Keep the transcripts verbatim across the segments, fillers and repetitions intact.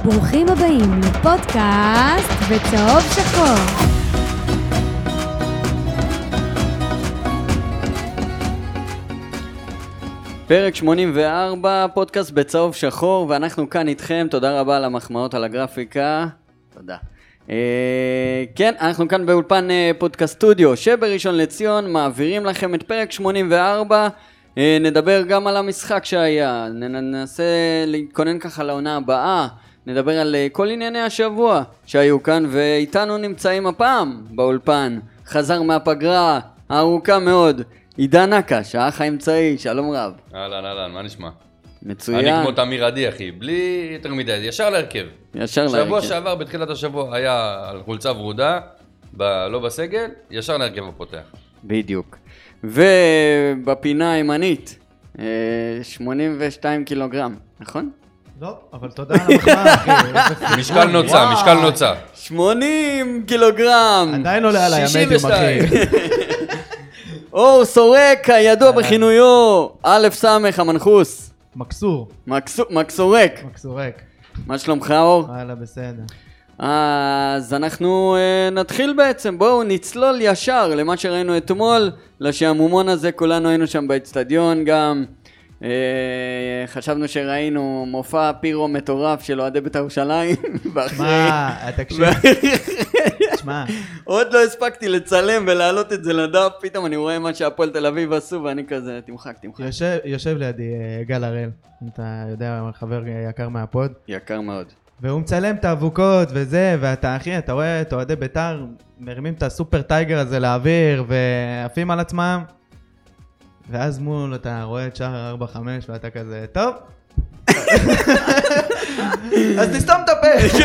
ברוכים הבאים לפודקאסט בצהוב שחור. פרק שמונים וארבע, פודקאסט בצהוב שחור, ואנחנו כאן איתכם. תודה רבה על המחמאות על הגרפיקה. תודה. אה, כן, אנחנו כאן באולפן אה, פודקאסט סטודיו, שבראשון לציון מעבירים לכם את פרק שמונים וארבע. אה, נדבר גם על המשחק שהיה, ננסה להתכונן ככה לעונה הבאה, נדבר על אה, כל ענייני השבוע שהיו כאן, ואיתנו נמצאים הפעם באולפן. חזר מהפגרה הארוכה מאוד. עידן נקש, האח האמצעי, שלום רב. אהלן, אהלן, מה נשמע? מצוין. אני כמו תמיר עדי, אחי, בלי יותר מדי, ישר להרכב. ישר להרכב. שבוע שעבר, בתחילת השבוע, היה על חולצה ורודה, ב- לא בסגל, ישר להרכב הפותח. בדיוק. ובפינה הימנית, שמונים ושתיים קילוגרם, נכון? לא, אבל תודה על המחמאה, אחי. משקל נוצה, משקל נוצה. שמונים קילוגרם. עדיין עולה על המדיום, אחי. אור סורק, הידוע בכינויו, א' סמך המנחוס. מקסור. מקסורק. מקסורק. מה שלומך, אור? וואלה, בסדר. אז אנחנו uh, נתחיל בעצם, בואו נצלול ישר למה שראינו אתמול, לשעמומון הזה, כולנו היינו שם באצטדיון גם. Uh, חשבנו שראינו מופע פירו מטורף של אוהדי בית"ר ירושלים. מה, תקשיב. שמע. עוד לא הספקתי לצלם ולהעלות את זה לדף, פתאום אני רואה מה שהפועל תל אביב עשו ואני כזה, תמחק, תמחק. יושב, יושב לידי גל הראל, אתה יודע, חבר יקר מהפוד. יקר מאוד. והוא מצלם את האבוקות וזה, ואתה אחי, אתה רואה את אוהדי בית"ר, מרימים את הסופר טייגר הזה לאוויר, ועפים על עצמם. ואז מול אתה רואה את שער ארבע חמש ואתה כזה, טוב. אז תסתום את הפה.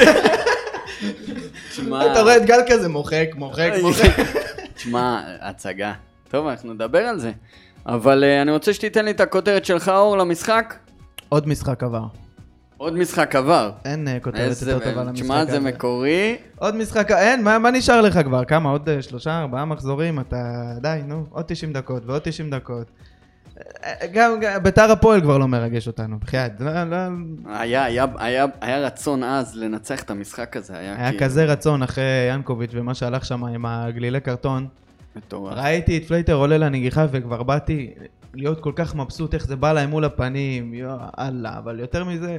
אתה רואה את גל כזה מוחק, מוחק, מוחק. תשמע, הצגה. טוב, אנחנו נדבר על זה. אבל אני רוצה שתיתן לי את הכותרת שלך, אור, למשחק. עוד משחק עבר. עוד משחק עבר. אין כותרת יותר טובה למשחק. תשמע, זה מקורי. עוד משחק, אין, מה, מה נשאר לך כבר? כמה? עוד שלושה, ארבעה מחזורים? אתה, די, נו, עוד תשעים דקות ועוד תשעים דקות. גם בית"ר הפועל כבר לא מרגש אותנו, בחייאת. היה, היה, היה, היה רצון אז לנצח את המשחק הזה. היה, היה כזה רצון אחרי ינקוביץ' ומה שהלך שם עם הגלילי קרטון. מטורף. ראיתי את פלייטר עולה לנגיחה וכבר באתי להיות כל כך מבסוט איך זה בא להם מול הפנים, יאללה, אבל יותר מזה.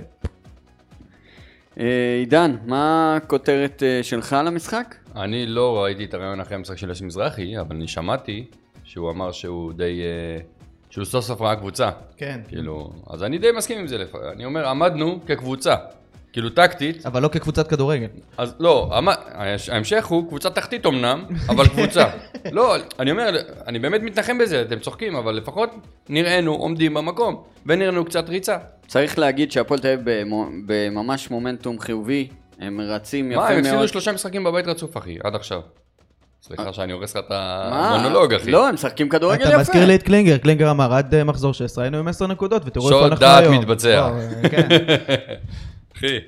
עידן, מה הכותרת שלך על המשחק? אני לא ראיתי את הרעיון אחרי המשחק של אש מזרחי, אבל אני שמעתי שהוא אמר שהוא די... שהוא סוף סוף ראה קבוצה. כן. כאילו, אז אני די מסכים עם זה. אני אומר, עמדנו כקבוצה. כאילו טקטית. אבל לא כקבוצת כדורגל. אז לא, ההמשך הוא קבוצת תחתית אמנם, אבל קבוצה. לא, אני אומר, אני באמת מתנחם בזה, אתם צוחקים, אבל לפחות נראינו עומדים במקום, ונראינו קצת ריצה. צריך להגיד שהפועל תל אביב בממש מומנטום חיובי, הם רצים יפה מאוד. מה, הם הפסידו שלושה משחקים בבית רצוף, אחי, עד עכשיו. סליחה שאני הורס לך את המונולוג, אחי. לא, הם משחקים כדורגל יפה. אתה מזכיר לי את קלינגר, קלינגר אמר עד מחזור שש עשרה, היינו עם עשר נקודות, ותראו איפה אנחנו היום. שוד דעת מתבצע. אחי.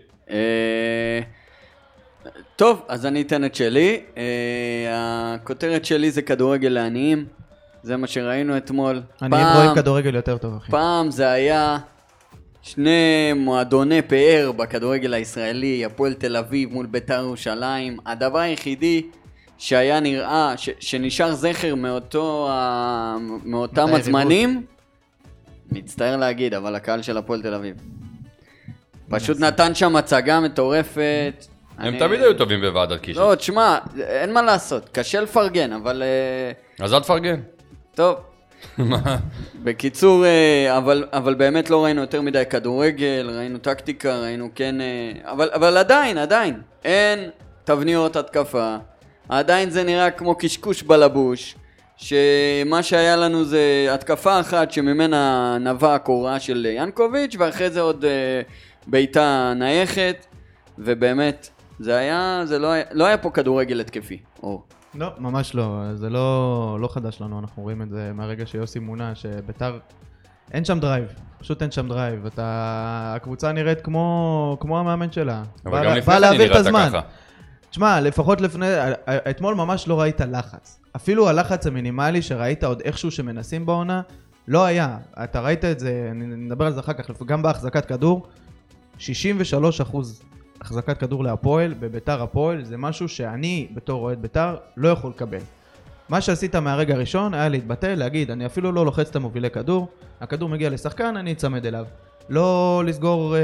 טוב, אז אני אתן את שלי. הכותרת שלי זה כדורגל לעניים. זה מה שראינו אתמול. אני רואה כדורגל יותר טוב, אחי. פעם זה היה שני מועדוני פאר בכדורגל הישראלי, הפועל תל אביב מול בית"ר ירושלים. הדבר היחידי שהיה נראה, ש, שנשאר זכר מאותו, מאותם הזמנים, מצטער להגיד, אבל הקהל של הפועל תל אביב. פשוט נתן שם הצגה מטורפת. הם אני... תמיד היו טובים בוועדת קישון. לא, תשמע, אין מה לעשות, קשה לפרגן, אבל... אז אל תפרגן. טוב. בקיצור, אבל, אבל באמת לא ראינו יותר מדי כדורגל, ראינו טקטיקה, ראינו כן... אבל, אבל עדיין, עדיין, אין תבניות התקפה. עדיין זה נראה כמו קשקוש בלבוש, שמה שהיה לנו זה התקפה אחת שממנה נבע הקורה של ינקוביץ' ואחרי זה עוד ביתה נייחת, ובאמת זה היה, זה לא היה, לא היה פה כדורגל התקפי. או. לא, ממש לא, זה לא, לא חדש לנו, אנחנו רואים את זה מהרגע שיוסי מונה, שבית"ר אין שם דרייב, פשוט אין שם דרייב, אתה, הקבוצה נראית כמו, כמו המאמן שלה. אבל גם לפני זה נראית ככה. תשמע, לפחות לפני, אתמול ממש לא ראית לחץ. אפילו הלחץ המינימלי שראית עוד איכשהו שמנסים בעונה, לא היה. אתה ראית את זה, אני נדבר על זה אחר כך, גם בהחזקת כדור, שישים ושלושה אחוז החזקת כדור להפועל, בביתר הפועל, זה משהו שאני בתור אוהד ביתר לא יכול לקבל. מה שעשית מהרגע הראשון היה להתבטא, להגיד, אני אפילו לא לוחץ את המובילי כדור, הכדור מגיע לשחקן, אני אצמד אליו. לא לסגור,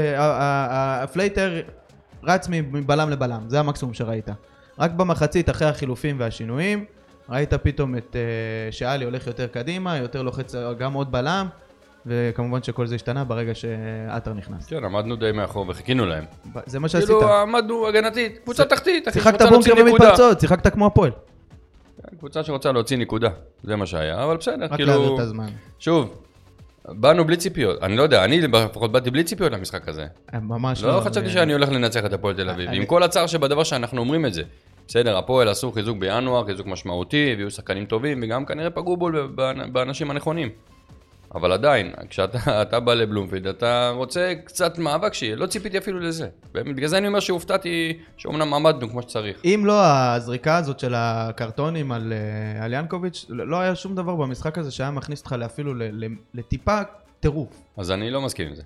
הפלייטר רץ מבלם לבלם, זה המקסימום שראית. רק במחצית אחרי החילופים והשינויים, ראית פתאום את שאלי הולך יותר קדימה, יותר לוחץ גם עוד בלם, וכמובן שכל זה השתנה ברגע שאתר נכנס. כן, עמדנו די מאחור וחיכינו להם. זה מה שעשית. כאילו עמדנו הגנתית, קבוצה תחתית, שיחקת בונקר ומתפרצות, שיחקת כמו הפועל. קבוצה שרוצה להוציא נקודה, זה מה שהיה, אבל בסדר, רק כאילו... להעביר את הזמן. שוב, באנו בלי ציפיות, אני לא יודע, אני לפחות באתי בלי ציפיות למשחק הזה. ממש לא. לא חשבתי שאני הולך לנצח את הפועל תל אביב, עם כל הצער שבדבר שאנחנו אומרים את זה. בסדר, הפועל עשו חיזוק בינואר, חיזוק משמעותי, והיו שחקנים טובים, וגם כנראה פגעו בו באנשים הנכונים. אבל עדיין, כשאתה בא לבלומפילד, אתה רוצה קצת מאבק שיהיה, לא ציפיתי אפילו לזה. בגלל זה אני אומר שהופתעתי שאומנם עמדנו כמו שצריך. אם לא הזריקה הזאת של הקרטונים על, על ינקוביץ', לא היה שום דבר במשחק הזה שהיה מכניס אותך אפילו לטיפה טירוף. אז אני לא מסכים עם זה.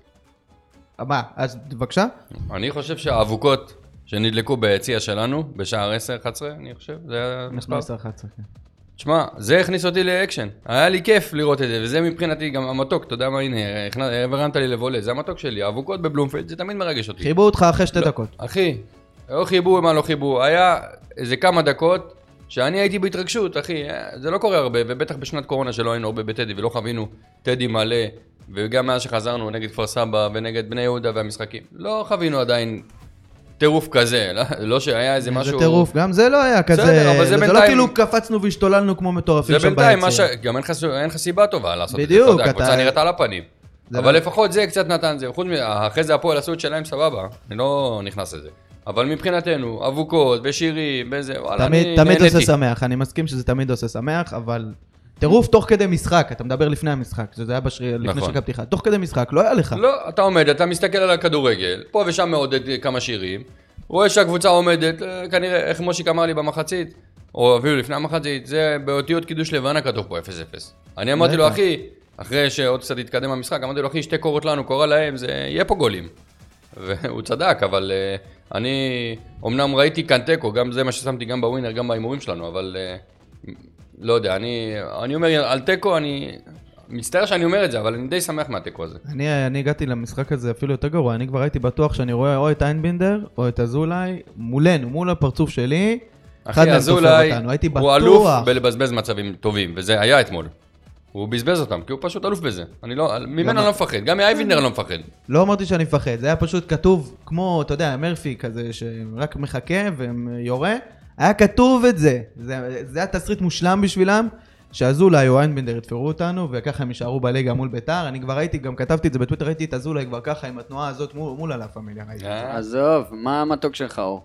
מה, אז בבקשה? אני חושב שהאבוקות שנדלקו ביציע שלנו, בשער עשר אחת עשרה, אני חושב, זה היה מספר. עשר אחת עשרה, כן. תשמע, זה הכניס אותי לאקשן, היה לי כיף לראות את זה, וזה מבחינתי גם המתוק, אתה יודע מה, הנה, הרמת לי לבולה, זה המתוק שלי, האבוקות בבלומפילד, זה תמיד מרגש אותי. חיבו אותך אחרי שתי דקות. אחי, לא חיבו, מה לא חיבו, היה איזה כמה דקות שאני הייתי בהתרגשות, אחי, זה לא קורה הרבה, ובטח בשנת קורונה שלא היינו הרבה בטדי, ולא חווינו טדי מלא, וגם מאז שחזרנו נגד כפר סבא ונגד בני יהודה והמשחקים, לא חווינו עדיין טירוף כזה, לא, לא שהיה איזה משהו... זה טירוף, גם זה לא היה כזה... בסדר, אבל זה בינתיים... זה לא כאילו קפצנו והשתוללנו כמו מטורפים שם ביציע. זה בינתיים, ש... גם אין לך, אין לך סיבה טובה לעשות בדיוק, את זה, אתה יודע, קבוצה נראית על הפנים. אבל לא... לפחות זה קצת נתן זה, חוץ מאחרי זה הפועל עשו את שלהם סבבה, אני לא נכנס לזה. אבל מבחינתנו, אבוקות ושירים, וזה, וואלה, תמיד, אני תמיד נהניתי. עושה שמח, אני מסכים שזה תמיד עושה שמח, אבל... טירוף תוך כדי משחק, אתה מדבר לפני המשחק, שזה היה בשרי... לפני נכון. שקע פתיחה, תוך כדי משחק, לא היה לך. לא, אתה עומד, אתה מסתכל על הכדורגל, פה ושם מעודד כמה שירים, רואה שהקבוצה עומדת, כנראה, איך מושיק אמר לי במחצית, או אפילו לפני המחצית, זה באותיות קידוש לבנה כתוב פה אפס אפס. אני אמרתי לו, אחי, אחרי שעוד קצת התקדם המשחק, אמרתי לו, אחי, שתי קורות לנו, קורה להם, זה יהיה פה גולים. והוא צדק, אבל uh, אני, אמנם ראיתי כאן טקו, גם זה מה ששמתי גם בווינר, גם בהימורים שלנו, אבל uh, לא יודע, אני, אני אומר, על טקו, אני מצטער שאני אומר את זה, אבל אני די שמח מהטקו הזה. אני, אני הגעתי למשחק הזה אפילו יותר גרוע, אני כבר הייתי בטוח שאני רואה או את איינבינדר, או את אזולאי, מולנו, מול הפרצוף שלי, אחי, אזולאי, הוא אלוף בלבזבז מצבים טובים, וזה היה אתמול. הוא בזבז אותם, כי הוא פשוט אלוף בזה. אני לא, ממנו אני לא מפחד, גם מאייבינדר אני לא מפחד. לא אמרתי שאני מפחד, זה היה פשוט כתוב, כמו, אתה יודע, מרפי כזה, שרק מחכה ויורה, היה כתוב את זה. זה, זה היה תסריט מושלם בשבילם, שאזולאי או איינבינדר יתפרו אותנו, וככה הם יישארו בליגה מול ביתר. אני כבר ראיתי, גם כתבתי את זה בטוויטר, ראיתי את אזולאי כבר ככה עם התנועה הזאת מול, מול הלה פמיליה. עזוב, מה המתוק שלך, אור?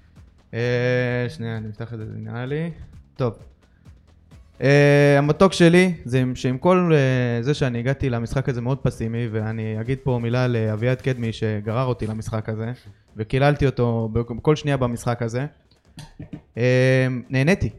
שנייה, אני אפתח את זה, זה נראה לי. טוב. Uh, המתוק שלי זה שעם כל uh, זה שאני הגעתי למשחק הזה מאוד פסימי, ואני אגיד פה מילה לאביעד קדמי שגרר אותי למשחק הזה וקיללתי אותו בכל שנייה במשחק הזה. uh, נהניתי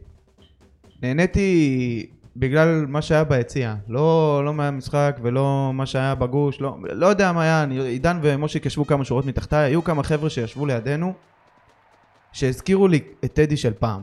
נהניתי בגלל מה שהיה ביציע, לא, לא מהמשחק ולא מה שהיה בגוש, לא, לא יודע מה היה. אני, עידן ומושיק ישבו כמה שורות מתחתיי, היו כמה חבר'ה שישבו לידינו שהזכירו לי את טדי של פעם.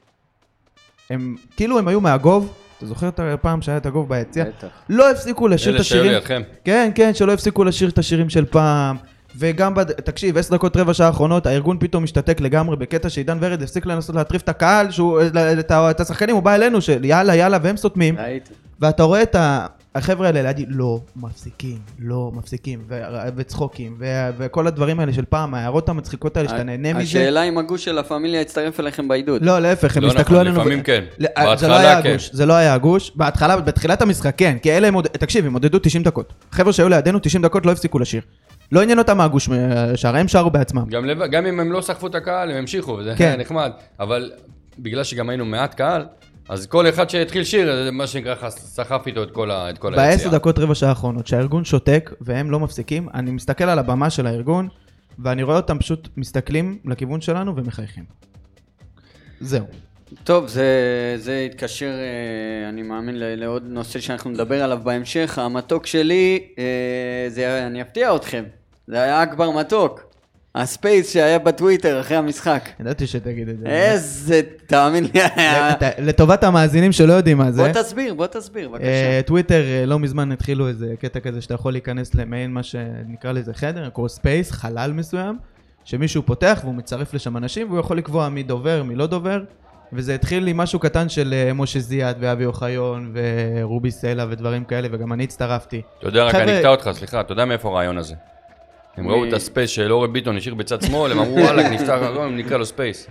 הם, כאילו הם היו מהגוב, אתה זוכר את הפעם שהיה את הגוב ביציע? בטח. לא הפסיקו לשיר את השירים. אלה שהיו לידכם. כן, כן, שלא הפסיקו לשיר את השירים של פעם. וגם, בד... תקשיב, עשר דקות רבע שעה האחרונות, הארגון פתאום משתתק לגמרי בקטע שעידן ורד הפסיק לנסות להטריף את הקהל, שהוא, את השחקנים, הוא בא אלינו, של יאללה, יאללה, והם סותמים. ראיתי. ואתה רואה את ה... החבר'ה האלה לידי, לא מפסיקים, לא מפסיקים, ו... וצחוקים, ו... וכל הדברים האלה של פעם, ההערות המצחיקות האלה שאתה נהנה מזה. השאלה אם הגוש של הפמיליה יצטרף אליכם בעידוד. לא, להפך, הם לא הסתכלו נכון, עלינו... לפעמים כן. זה לא היה הגוש, זה לא היה הגוש. בהתחלה, בתחילת המשחק, כן, כי אלה הם עוד... תקשיב, הם עודדו תשעים דקות. חבר'ה שהיו לידינו תשעים דקות לא הפסיקו לשיר. לא עניין אותם מהגוש שער, הם שרו בעצמם. גם, לב... גם אם הם לא סחפו את הקהל, הם המשיכו, וזה כן. נחמד. אבל בגלל שגם היינו מעט קהל, אז כל אחד שהתחיל שיר, זה מה שנקרא, סחף איתו את כל, ה... את כל היציאה. בעשר דקות רבע שעה האחרונות, שהארגון שותק והם לא מפסיקים, אני מסתכל על הבמה של הארגון, ואני רואה אותם פשוט מסתכלים לכיוון שלנו ומחייכים. זהו. טוב, זה, זה התקשר, אני מאמין, לעוד נושא שאנחנו נדבר עליו בהמשך. המתוק שלי, זה, אני אפתיע אתכם, זה היה אכבר מתוק. הספייס שהיה בטוויטר אחרי המשחק. ידעתי שתגיד את זה. איזה, תאמין לי. לטובת המאזינים שלא יודעים מה זה. בוא תסביר, בוא תסביר, בבקשה. טוויטר לא מזמן התחילו איזה קטע כזה שאתה יכול להיכנס למעין מה שנקרא לזה חדר, קורא ספייס, חלל מסוים, שמישהו פותח והוא מצרף לשם אנשים, והוא יכול לקבוע מי דובר, מי לא דובר, וזה התחיל לי משהו קטן של משה זיאת ואבי אוחיון ורובי סלע ודברים כאלה, וגם אני הצטרפתי. אתה יודע, רק אני אקטע אותך, סליחה, אתה יודע מאיפה הרעיון הזה? הם ראו את הספייס של אורי ביטון השאיר בצד שמאל, הם אמרו וואלה, נפתח, הם נקרא לו ספייס.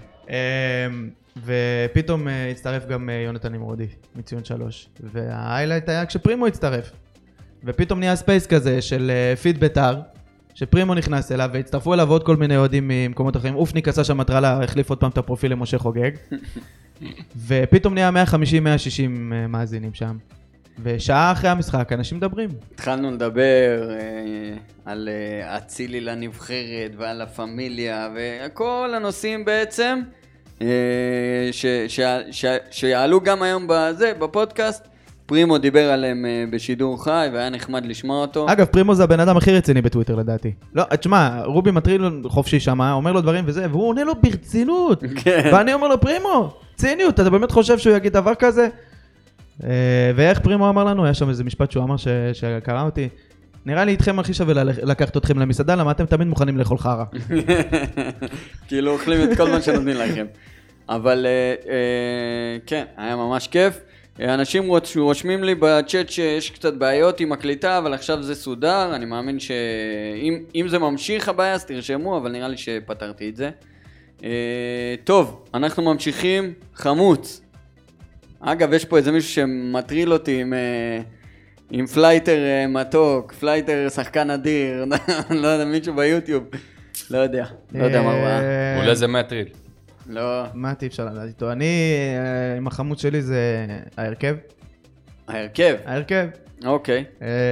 ופתאום הצטרף גם יונתן נמרודי, מציון שלוש, וההיילייט היה כשפרימו הצטרף. ופתאום נהיה ספייס כזה של פיד בית"ר, שפרימו נכנס אליו, והצטרפו אליו עוד כל מיני אוהדים ממקומות אחרים. אופניק עשה שם מטרלה, החליף עוד פעם את הפרופיל למשה חוגג. ופתאום נהיה מאה חמישים עד מאה שישים מאזינים שם. ושעה אחרי המשחק, אנשים מדברים. התחלנו לדבר אה, על אה, אצילי לנבחרת ועל הפמיליה, וכל הנושאים בעצם, אה, ש, ש, ש, שיעלו גם היום בזה, בפודקאסט. פרימו דיבר עליהם בשידור חי, והיה נחמד לשמוע אותו. אגב, פרימו זה הבן אדם הכי רציני בטוויטר לדעתי. לא, תשמע, רובי מטריל חופשי שמה, אומר לו דברים וזה, והוא עונה לו ברצינות. ואני אומר לו, פרימו, ציניות, אתה באמת חושב שהוא יגיד דבר כזה? ואיך פרימו אמר לנו, היה שם איזה משפט שהוא אמר שקרא אותי, נראה לי איתכם הכי שווה לקחת אתכם למסעדה, למה אתם תמיד מוכנים לאכול חרא. כאילו אוכלים את כל מה שנותנים לכם. אבל כן, היה ממש כיף. אנשים רושמים לי בצ'אט שיש קצת בעיות עם הקליטה, אבל עכשיו זה סודר, אני מאמין שאם זה ממשיך הבעיה אז תרשמו, אבל נראה לי שפתרתי את זה. טוב, אנחנו ממשיכים, חמוץ. אגב, יש פה איזה מישהו שמטריל אותי עם, עם פלייטר מתוק, פלייטר שחקן אדיר, לא יודע, מישהו ביוטיוב, לא יודע, לא יודע מה הוא היה. אולי זה מטריל. לא. מה אי אפשר לדעת איתו? אני, עם החמוד שלי זה ההרכב. ההרכב? ההרכב. אוקיי.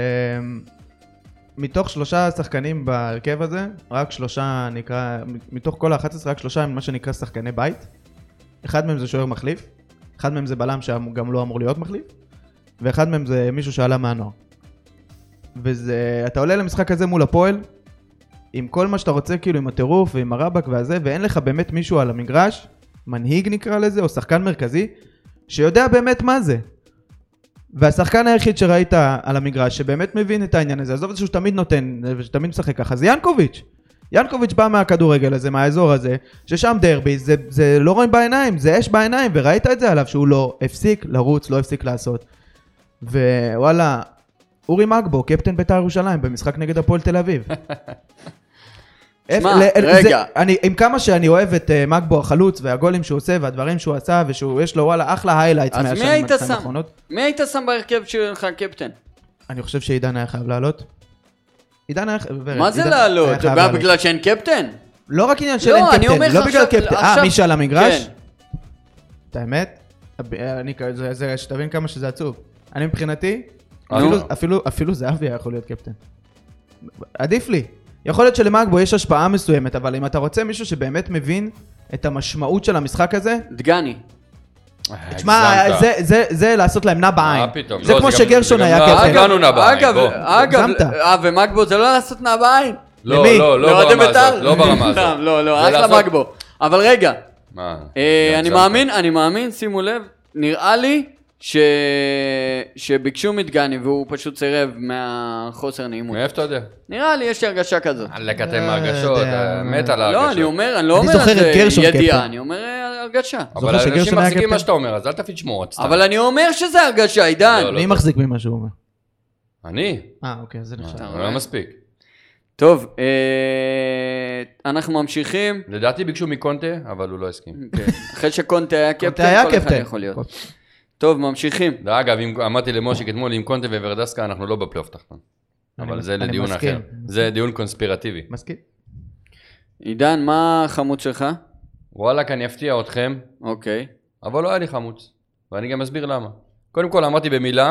מתוך שלושה שחקנים בהרכב הזה, רק שלושה נקרא, מתוך כל ה-אחת עשרה, רק שלושה הם מה שנקרא שחקני בית. אחד מהם זה שוער מחליף, אחד מהם זה בלם שגם לא אמור להיות מחליף, ואחד מהם זה מישהו שעלה מהנוער. וזה, אתה עולה למשחק הזה מול הפועל, עם כל מה שאתה רוצה, כאילו עם הטירוף ועם הרבק והזה, ואין לך באמת מישהו על המגרש, מנהיג נקרא לזה, או שחקן מרכזי, שיודע באמת מה זה. והשחקן היחיד שראית על המגרש, שבאמת מבין את העניין הזה, עזוב את זה שהוא תמיד נותן, ושתמיד משחק ככה, זה ינקוביץ'. ינקוביץ' בא מהכדורגל הזה, מהאזור הזה, ששם דרבי, זה, זה לא רואים בעיניים, זה אש בעיניים, וראית את זה עליו, שהוא לא הפסיק לרוץ, לא הפסיק לעשות. ווואלה, אורי מגבו, קפטן בית"ר ירושלים, במשחק נגד הפועל תל אביב. שמע, רגע. אני, עם כמה שאני אוהב את uh, מגבו החלוץ והגולים שהוא עושה והדברים שהוא עשה ויש לו וואלה אחלה היילייטס מהשנים האחרונות. מי היית שם בהרכב שלך קפטן? אני חושב שעידן היה חייב לעלות. עידן היה חייב... מה זה לעלות? זה בא בגלל שאין קפטן? לא רק עניין של אין קפטן, לא בגלל קפטן. אה, מי שעל המגרש? את האמת? זה שתבין כמה שזה עצוב. אני מבחינתי, אפילו זהבי היה יכול להיות קפטן. עדיף לי. יכול להיות שלמגבו יש השפעה מסוימת, אבל אם אתה רוצה מישהו שבאמת מבין את המשמעות של המשחק הזה... דגני. תשמע, זה לעשות להם נע בעין. זה כמו שגרשון היה קפטן. אגב, אגב, ומגבו זה לא לעשות נע בעין. לא, לא, לא ברמה הזאת, לא ברמה הזאת. לא, לא, אחלה מגבו. אבל רגע, אני מאמין, אני מאמין, שימו לב, נראה לי ש... שביקשו מדגני והוא פשוט סירב מהחוסר נעימות. מאיפה אתה יודע? נראה לי, יש לי הרגשה כזאת. לקטם הרגשות, מת על הרגשות. לא, אני אומר, אני לא אומר את זה ידיעה, אני אומר הרגשה. אבל אנשים מחזיקים מה שאתה אומר, אז אל תפיד שמועות. אבל אני אומר שזה הרגשה, עידן. מי מחזיק ממה שהוא אומר? אני? אה, אוקיי, זה נחשב. לא מספיק. טוב, אנחנו ממשיכים. לדעתי ביקשו מקונטה, אבל הוא לא הסכים. אחרי שקונטה היה קפטן, כל אחד יכול להיות. טוב, ממשיכים. אגב, אמרתי למושיק אתמול, עם קונטה וורדסקה, אנחנו לא בפלייאוף תחתון. אבל זה לדיון אחר. זה דיון קונספירטיבי. מסכים. עידן, מה החמוץ שלך? וואלק, אני אפתיע אתכם. אוקיי. אבל לא היה לי חמוץ. ואני גם אסביר למה. קודם כל, אמרתי במילה,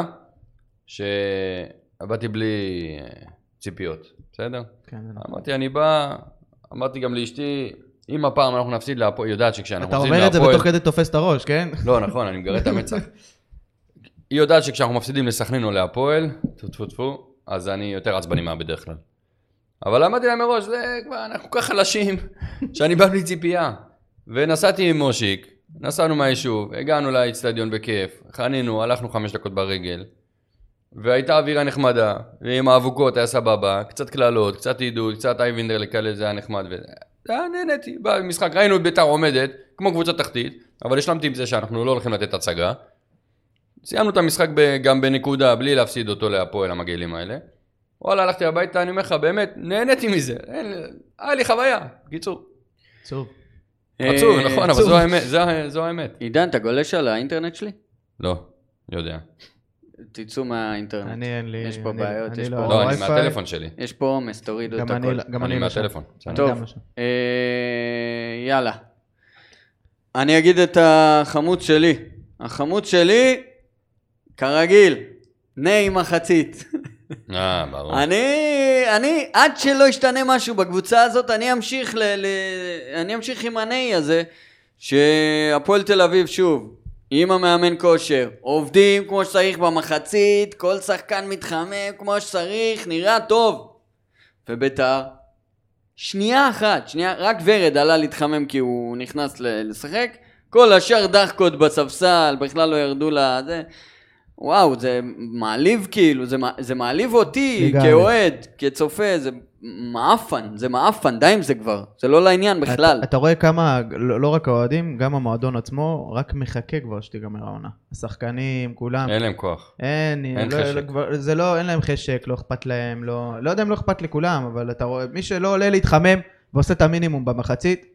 שעבדתי בלי ציפיות. בסדר? כן. אמרתי, אני בא, אמרתי גם לאשתי, אם הפעם אנחנו נפסיד להפועל, יודעת שכשאנחנו מפסידים להפועל... אתה אומר את זה בתוך כדי תופס את הראש, כן? לא, נכון, אני מגרד את המצח. היא יודעת שכשאנחנו מפסידים לסכנין או להפועל, טפו טפו טפו, אז אני יותר עצבני מה בדרך כלל. אבל אמרתי להם מראש, זה כבר, אנחנו כל כך חלשים, שאני בא בלי ציפייה. ונסעתי עם מושיק, נסענו מהיישוב, הגענו לאצטדיון בכיף, חנינו, הלכנו חמש דקות ברגל, והייתה אווירה נחמדה, ועם האבוקות היה סבבה, קצת כללות, קצת עידוד, קצת אייבינדר לכאלה, זה היה נחמד, ונהניתי, במשחק, ראינו את ביתר עומדת, כמו קבוצה תחתית, אבל השלמתי עם זה שאנחנו לא הולכים לתת הצגה, סיימנו את המשחק גם בנקודה, בלי להפסיד אותו להפועל המגעילים האלה, וואלה, הלכתי הביתה, אני אומר לך, באמת, נהניתי מזה, היה לי חוויה, קיצור. עצוב. עצוב, נכון, אבל זו האמת, זו האמת. עידן, אתה גולש על האינטרנט שלי? לא, יודע. תצאו מהאינטרנט. אני אין לי... יש פה בעיות, יש פה... לא, אני מהטלפון שלי. יש פה עומס, תורידו את הכל. גם אני אני מהטלפון. טוב, יאללה. אני אגיד את החמוד שלי. החמוד שלי, כרגיל, נאי מחצית. אה, ברור. אני, אני, עד שלא ישתנה משהו בקבוצה הזאת, אני אמשיך ל... ל אני אמשיך עם הנאי הזה, שהפועל תל אביב שוב, עם המאמן כושר, עובדים כמו שצריך במחצית, כל שחקן מתחמם כמו שצריך, נראה טוב. וביתר, שנייה אחת, שנייה, רק ורד עלה להתחמם כי הוא נכנס לשחק, כל השאר דחקות בספסל, בכלל לא ירדו לזה. וואו, זה מעליב כאילו, זה, זה מעליב אותי כאוהד, כצופה, זה מאפן, זה מאפן, די עם זה כבר, זה לא לעניין בכלל. אתה, אתה רואה כמה, לא, לא רק האוהדים, גם המועדון עצמו, רק מחכה כבר שתיגמר העונה. השחקנים, כולם. אין להם כוח. אין, אין לא, חשק. לא, כבר, זה לא, אין להם חשק, לא אכפת להם, לא, לא יודע אם לא אכפת לכולם, אבל אתה רואה, מי שלא עולה להתחמם ועושה את המינימום במחצית,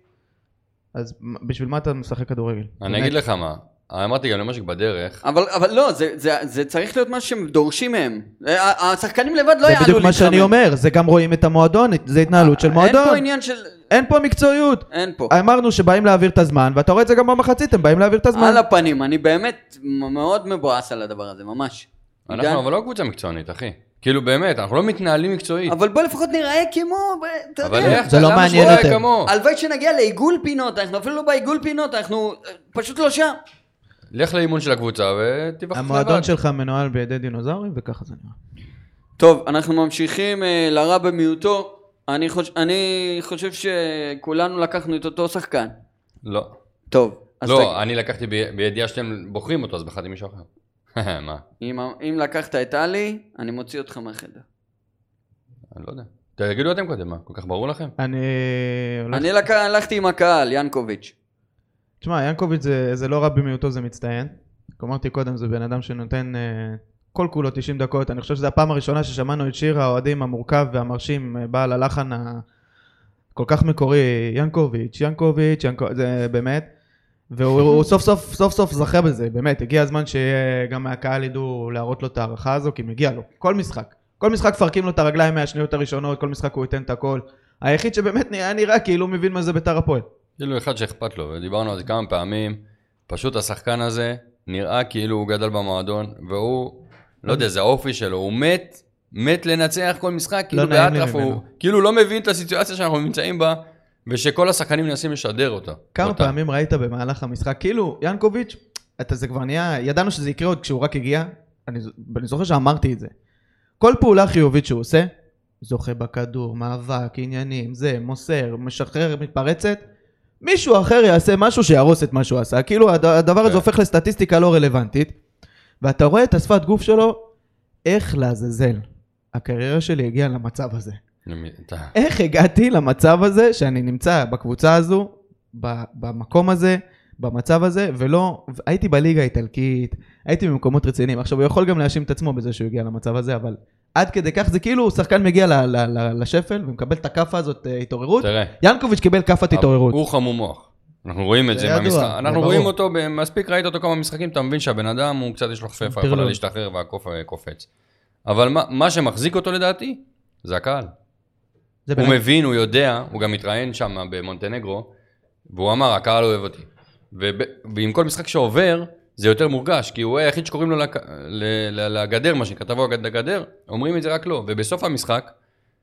אז בשביל מה אתה משחק כדורגל? אני אגיד לך מה. אמרתי גם למשק בדרך. אבל, אבל לא, זה, זה, זה צריך להיות מה שהם דורשים מהם. השחקנים לבד לא יעלו להתחמם. להתחמם. זה בדיוק מה שאני אומר, זה גם רואים את המועדון, זה התנהלות של מועדון. אין פה עניין של... אין פה מקצועיות. אין פה. אמרנו שבאים להעביר את הזמן, ואתה רואה את זה גם במחצית, הם באים להעביר את הזמן. על הפנים, אני באמת מאוד מבואס על הדבר הזה, ממש. אנחנו אבל לא קבוצה מקצוענית, אחי. כאילו באמת, אנחנו לא מתנהלים מקצועית. אבל בוא לפחות נראה כמו, אתה אבל יודע. איך? זה לא למה מעניין שבועי יותר. כמו? הלוואי שנגיע לעיגול פינות, אנחנו אפילו לא בעיגול פינות, אנחנו פשוט לא שם. לך לאימון של הקבוצה ותבחר לבד. המועדון שלך מנוהל בידי דינוזאורים, וככה זה נראה. טוב, אנחנו ממשיכים אה, לרע במיעוטו. אני, חוש... אני חושב שכולנו לקחנו את אותו שחקן. לא. טוב. אז לא, ת... אני לקחתי ב... בידיעה שאתם בוחרים אותו, אז בחרתי מישהו אחר. מה? אם, אם לקחת את אלי, אני מוציא אותך מהחדר. אני לא יודע. תגידו אתם קודם, מה? כל כך ברור לכם? אני... אני לק... הלכתי עם הקהל, ינקוביץ'. תשמע, ינקוביץ' זה, זה לא רע במיעוטו, זה מצטיין. אמרתי קודם, זה בן אדם שנותן uh, כל כולו תשעים דקות. אני חושב שזו הפעם הראשונה ששמענו את שיר האוהדים המורכב והמרשים, בעל הלחן הכל כך מקורי, ינקוביץ', ינקוביץ', ינקוביץ', זה באמת. והוא סוף סוף, סוף סוף זכה בזה, באמת. הגיע הזמן שגם מהקהל ידעו להראות לו את הערכה הזו, כי מגיע לו. כל משחק. כל משחק פרקים לו את הרגליים מהשניות הראשונות, כל משחק הוא ייתן את הכל. היחיד שבאמת נראה, נראה כאילו הוא מבין מה זה בית"ר הפועל. כאילו אחד שאכפת לו, ודיברנו על זה כמה פעמים, פשוט השחקן הזה נראה כאילו הוא גדל במועדון, והוא, לא יודע, זה האופי שלו, הוא מת, מת לנצח כל משחק, כאילו באטרף, הוא כאילו לא מבין את הסיטואציה שאנחנו נמצאים בה, ושכל השחקנים מנסים לשדר אותה. כמה פעמים ראית במהלך המשחק, כאילו ינקוביץ', אתה זה כבר נהיה, ידענו שזה יקרה עוד כשהוא רק הגיע, אני, אני זוכר שאמרתי את זה. כל פעולה חיובית שהוא עושה, זוכה בכדור, מאבק, עניינים, זה, מוסר, משחרר, מתפרצת, מישהו אחר יעשה משהו שירוס את מה שהוא עשה. כאילו הדבר הזה הופך לסטטיסטיקה לא רלוונטית, ואתה רואה את השפת גוף שלו, איך לעזאזל. הקריירה שלי הגיעה למצב הזה. איך הגעתי למצב הזה שאני נמצא בקבוצה הזו, במקום הזה, במצב הזה, ולא, הייתי בליגה האיטלקית, הייתי במקומות רציניים. עכשיו הוא יכול גם להאשים את עצמו בזה שהוא הגיע למצב הזה, אבל עד כדי כך זה כאילו שחקן מגיע ל- ל- ל- לשפל ומקבל את הקפה הזאת התעוררות. תראה. ינקוביץ' קיבל קפת התעוררות. הוא חמום מוח. אנחנו רואים את זה במשחק. אנחנו רואים אותו, מספיק ראית אותו כמה משחקים, אתה מבין שהבן אדם הוא קצת יש לו חפפה, יכול להשתחרר והקוף קופץ. אבל מה, מה שמחזיק אותו לדעתי, זה הקהל. זה הוא מבין, הוא יודע, הוא גם מתראיין שם במונטנגרו, והוא אמר, הקהל אוהב אותי. ועם כל משחק שעובר, זה יותר מורגש, כי הוא היחיד שקוראים לו לגדר, מה שכתבו לגדר, אומרים את זה רק לו. ובסוף המשחק,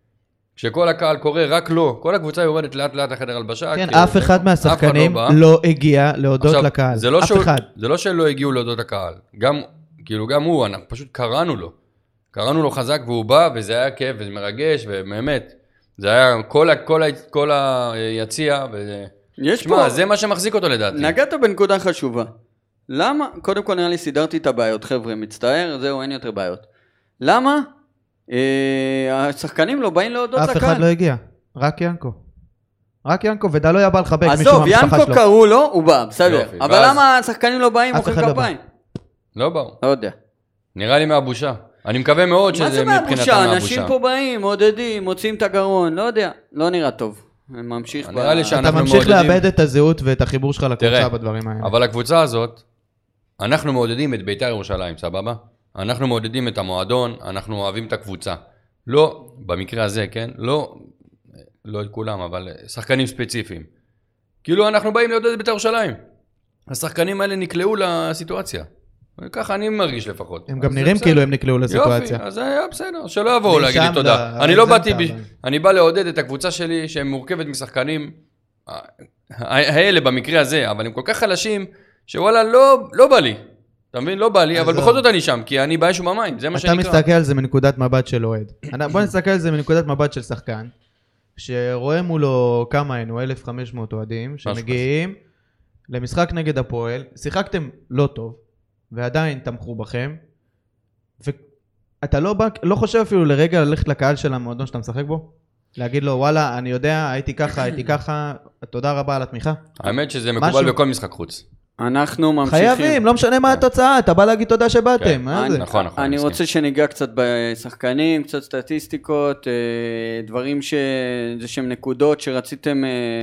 כשכל הקהל קורא רק לו, כל הקבוצה יורדת לאט לאט לחדר הלבשה. כן, אף אחד מהשחקנים לא הגיע להודות לקהל. אף אחד. זה לא שלא הגיעו להודות לקהל. גם, כאילו גם הוא, אנחנו פשוט קראנו לו. קראנו לו חזק והוא בא, וזה היה כיף, וזה מרגש, ובאמת, זה היה כל, כל, כל היציע, ו... יש שמה, פה... זה מה שמחזיק אותו לדעתי. נגעת בנקודה חשובה. למה? קודם כל נראה לי סידרתי את הבעיות, חבר'ה, מצטער, זהו, אין יותר בעיות. למה? אה, השחקנים לא באים להודות לקהל. אף אחד לא הגיע, רק ינקו. רק ינקו, ודלו היה בא לחבק מישהו עזוב, מהמשפחה שלו. ינקו קראו לו, הוא בא, בסדר. יופי, אבל ואז- למה השחקנים לא באים, אף מוחאים אחד לא כפיים? לא באו. לא יודע. נראה לי מהבושה. אני מקווה מאוד מה שזה זה מבחינתם מהבושה? מהבושה. אנשים פה באים, מודדים, מוצאים את הגרון, לא יודע. לא נראה טוב. ממשיך נראה לי שאנחנו אתה ממשיך מעודדים- לאבד את הזהות ואת החיבור שלך לקבוצה תראה, בדברים האלה. אבל הקבוצה הזאת, אנחנו מעודדים את בית"ר ירושלים, סבבה? אנחנו מעודדים את המועדון, אנחנו אוהבים את הקבוצה. לא, במקרה הזה, כן? לא, לא את כולם, אבל שחקנים ספציפיים. כאילו אנחנו באים לעודד את בית"ר ירושלים. השחקנים האלה נקלעו לסיטואציה. ככה אני מרגיש לפחות. הם גם אז נראים זה כאילו בסדר. הם נקלעו לסיטואציה. יופי, אז זה היה בסדר, שלא יבואו להגיד לי שם תודה. לה- אני לא הגזמת, באתי, ב- אבל. אני בא לעודד את הקבוצה שלי, שהם מורכבת משחקנים, ה- האלה במקרה הזה, אבל הם כל כך חלשים, שוואלה, לא, לא בא לי. אתה מבין? לא בא לי, אבל עזוב. בכל זאת אני שם, כי אני באש ובמים, זה מה אתה שנקרא. מסתכל על זה מנקודת מבט של אוהד. בוא נסתכל על זה מנקודת מבט של שחקן, שרואה מולו כמה היינו, אלף וחמש מאות אוהדים, שמגיעים למשחק נגד הפועל, שיחקתם לא טוב, ועדיין תמכו בכם, ואתה לא, בא, לא חושב אפילו לרגע ללכת לקהל של המועדון שאתה משחק בו? להגיד לו, וואלה, אני יודע, הייתי ככה, הייתי ככה, תודה רבה על התמיכה. האמת שזה מקובל משהו. בכל משחק חוץ. אנחנו ממשיכים. חייבים, לא משנה מה התוצאה, אתה בא להגיד תודה שבאתם. כן, מה אני- זה? נכון, נכון, אני מסכים. רוצה שניגע קצת בשחקנים, קצת סטטיסטיקות, אה, דברים ש... זה שהם נקודות שרציתם אה,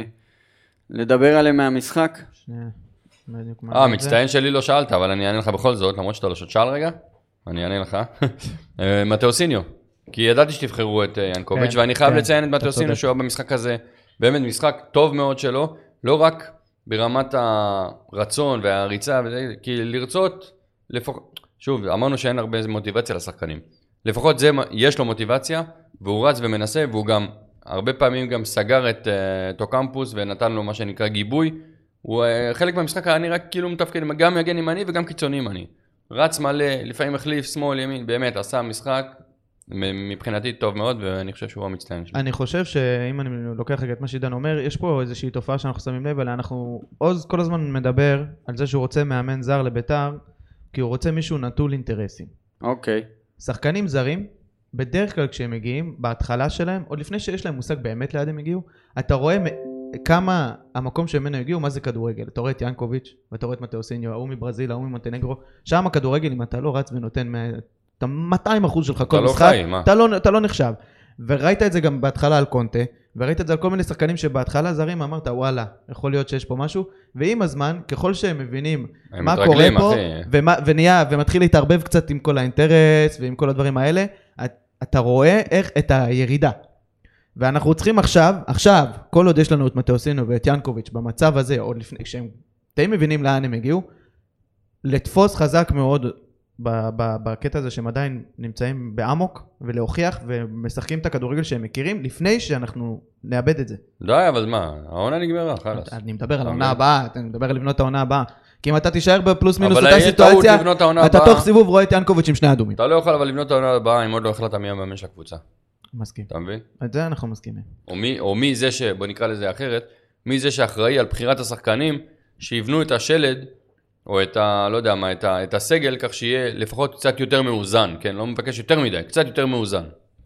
לדבר עליהם מהמשחק. שנייה, בדיוק מה אה, זה. מצטיין שלי לא שאלת, אבל אני אענה לך בכל זאת, למרות שאתה לא שאל רגע, אני אענה לך. אה, מתאוסיניו, כי ידעתי שתבחרו את אה, ינקוביץ', כן, ואני חייב כן, לציין את אתה מתאוסיניו צודק. שהוא היה במשחק הזה, באמת משחק טוב מאוד שלו, לא רק ברמת הרצון והריצה, וזה, כי לרצות, לפחות, שוב, אמרנו שאין הרבה מוטיבציה לשחקנים. לפחות זה, יש לו מוטיבציה, והוא רץ ומנסה, והוא גם, הרבה פעמים גם סגר את אותו קמפוס, ונתן לו מה שנקרא גיבוי. הוא, חלק מהמשחק היה נראה כאילו מתפקד, גם מגן ימני וגם קיצוני ימני. רץ מלא, לפעמים החליף שמאל, ימין, באמת, עשה משחק, מבחינתי טוב מאוד, ואני חושב שהוא המצטיין שלי. אני חושב שאם אני לוקח את מה שעידן אומר, יש פה איזושהי תופעה שאנחנו שמים לב אליה, אנחנו, עוז כל הזמן מדבר על זה שהוא רוצה מאמן זר לביתר, כי הוא רוצה מישהו נטול אינטרסים. אוקיי. שחקנים זרים, בדרך כלל כשהם מגיעים, בהתחלה שלהם, עוד לפני שיש להם מושג באמת ליד הם הגיעו, אתה רואה כמה המקום שממנו הגיעו, מה זה כדורגל. אתה רואה את ינקוביץ' ואתה רואה את מתאוסיניו, ההוא מברזיל, ההוא ממונטנגרו, שם הכדורגל, אם אתה לא רץ ונותן אתה מאתיים אחוז שלך כל לא משחק, חי, מה? אתה לא, אתה לא נחשב. וראית את זה גם בהתחלה על קונטה, וראית את זה על כל מיני שחקנים שבהתחלה זרים אמרת וואלה, יכול להיות שיש פה משהו, ועם הזמן, ככל שהם מבינים הם מה מתרגלים, קורה פה, אחי. ומה, ונהיה, ומתחיל להתערבב קצת עם כל האינטרס ועם כל הדברים האלה, את, אתה רואה איך את הירידה. ואנחנו צריכים עכשיו, עכשיו, כל עוד יש לנו את מתאוסיניו ואת ינקוביץ' במצב הזה, עוד לפני, כשהם די מבינים לאן הם הגיעו, לתפוס חזק מאוד בקטע הזה שהם עדיין נמצאים בעמוק, ולהוכיח ומשחקים את הכדורגל שהם מכירים, לפני שאנחנו נאבד את זה. די, אבל מה, העונה נגמרה, חלאס. אני מדבר על אתה העונה מבין? הבאה, אני מדבר על לבנות העונה הבאה. כי אם אתה תישאר בפלוס מינוס אבל אותה יהיה טעות סיטואציה, לבנות העונה אתה הבאה. תוך סיבוב רואה את ינקוביץ' עם שני אדומים. אתה לא יכול אבל לבנות את העונה הבאה אם עוד לא החלטת מי המאמן של הקבוצה. מסכים. אתה מבין? את זה אנחנו מסכימים. או מי, או מי זה ש... בוא נקרא לזה אחרת, מי זה שאחראי על בחירת השחקנים שיבנו את השלד, או את ה... לא יודע מה, את, ה, את הסגל, כך שיהיה לפחות קצת יותר מאוזן, כן? לא מבקש יותר מדי, קצת יותר מאוזן.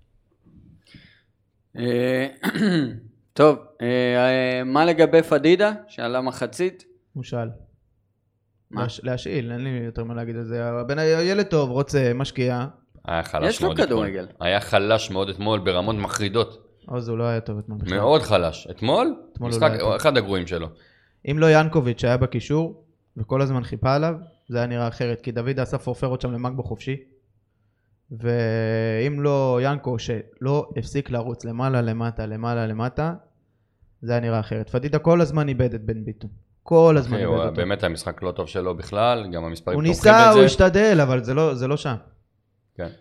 אה, טוב, אה, מה לגבי פדידה, שעלה מחצית? הוא שאל. מה? להש- להשאיל, אין לי יותר מה להגיד על זה. הבן ילד טוב, רוצה, משקיע. היה חלש יש לו מאוד כדורגל. אתמול. היה חלש מאוד אתמול ברמות מחרידות. עוז הוא לא היה טוב אתמול בכלל. מאוד חלש. אתמול? אתמול הוא משחק, לא היה טוב. אחד הגרועים שלו. אם לא ינקוביץ' שהיה בקישור, וכל הזמן חיפה עליו, זה היה נראה אחרת, כי דוד עשה פורפרות שם למגבו חופשי. ואם לא ינקו שלא הפסיק לרוץ למעלה למטה למעלה למטה, זה היה נראה אחרת. פדידה כל הזמן איבד את בן ביטון. כל הזמן אחי, איבד הוא- אותו. באמת המשחק לא טוב שלו בכלל, גם המספרים הוא תומכים ניסה, את הוא זה. השתדל, אבל זה לא, זה לא שם. כן.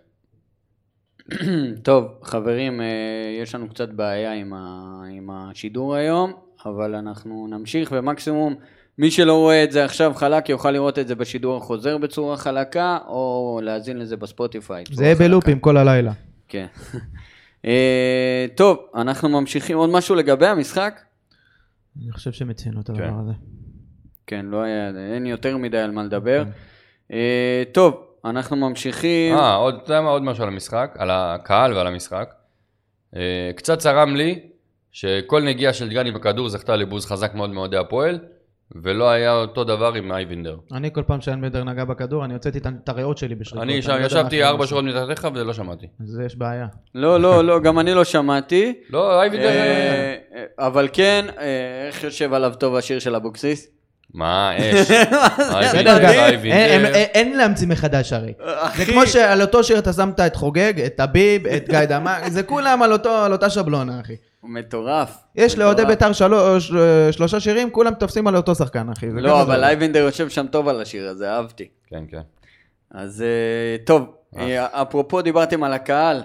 טוב, חברים, אה, יש לנו קצת בעיה עם, ה, עם השידור היום, אבל אנחנו נמשיך, ומקסימום מי שלא רואה את זה עכשיו חלק, יוכל לראות את זה בשידור החוזר בצורה חלקה, או להזין לזה בספוטיפיי. זה יהיה בלופים כל הלילה. כן. אה, טוב, אנחנו ממשיכים. עוד משהו לגבי המשחק? אני חושב שמצינו את הדבר כן. הזה. כן, לא היה, אין יותר מדי על מה לדבר. אה, טוב, אנחנו ממשיכים. אה, עוד, אתה יודע מה, עוד משהו על המשחק, על הקהל ועל המשחק. אה, קצת צרם לי שכל נגיעה של דגני בכדור זכתה לבוז חזק מאוד מאוהדי הפועל, ולא היה אותו דבר עם אייבינדר. אני כל פעם שאיינבנדר נגע בכדור, אני הוצאתי את הריאות שלי בשריקות. אני לא יודע ישבתי מה ארבע זה. שורות מתחתיך ולא שמעתי. אז יש בעיה. לא, לא, לא, גם אני לא שמעתי. לא, אייבינדר... אה, אבל כן, אה, איך יושב עליו טוב השיר של אבוקסיס? מה, אש. בסדר, גם, אייבינדר. אין- אין- אין להמציא מחדש הרי. זה כמו שעל אותו שיר אתה שמת את חוגג, את אביב, את גיא דמה, זה כולם על אותו- על אותה שבלונה, אחי. הוא מטורף. יש לאוהדי מטורף. בית"ר שלוש- שלושה שירים, כולם תופסים על אותו שחקן, אחי. זה לא, ככה אבל זה. אייבינדר יושב שם טוב על השיר הזה, אהבתי. כן, כן. אז אה, טוב, אה, אפרופו דיברתם על הקהל,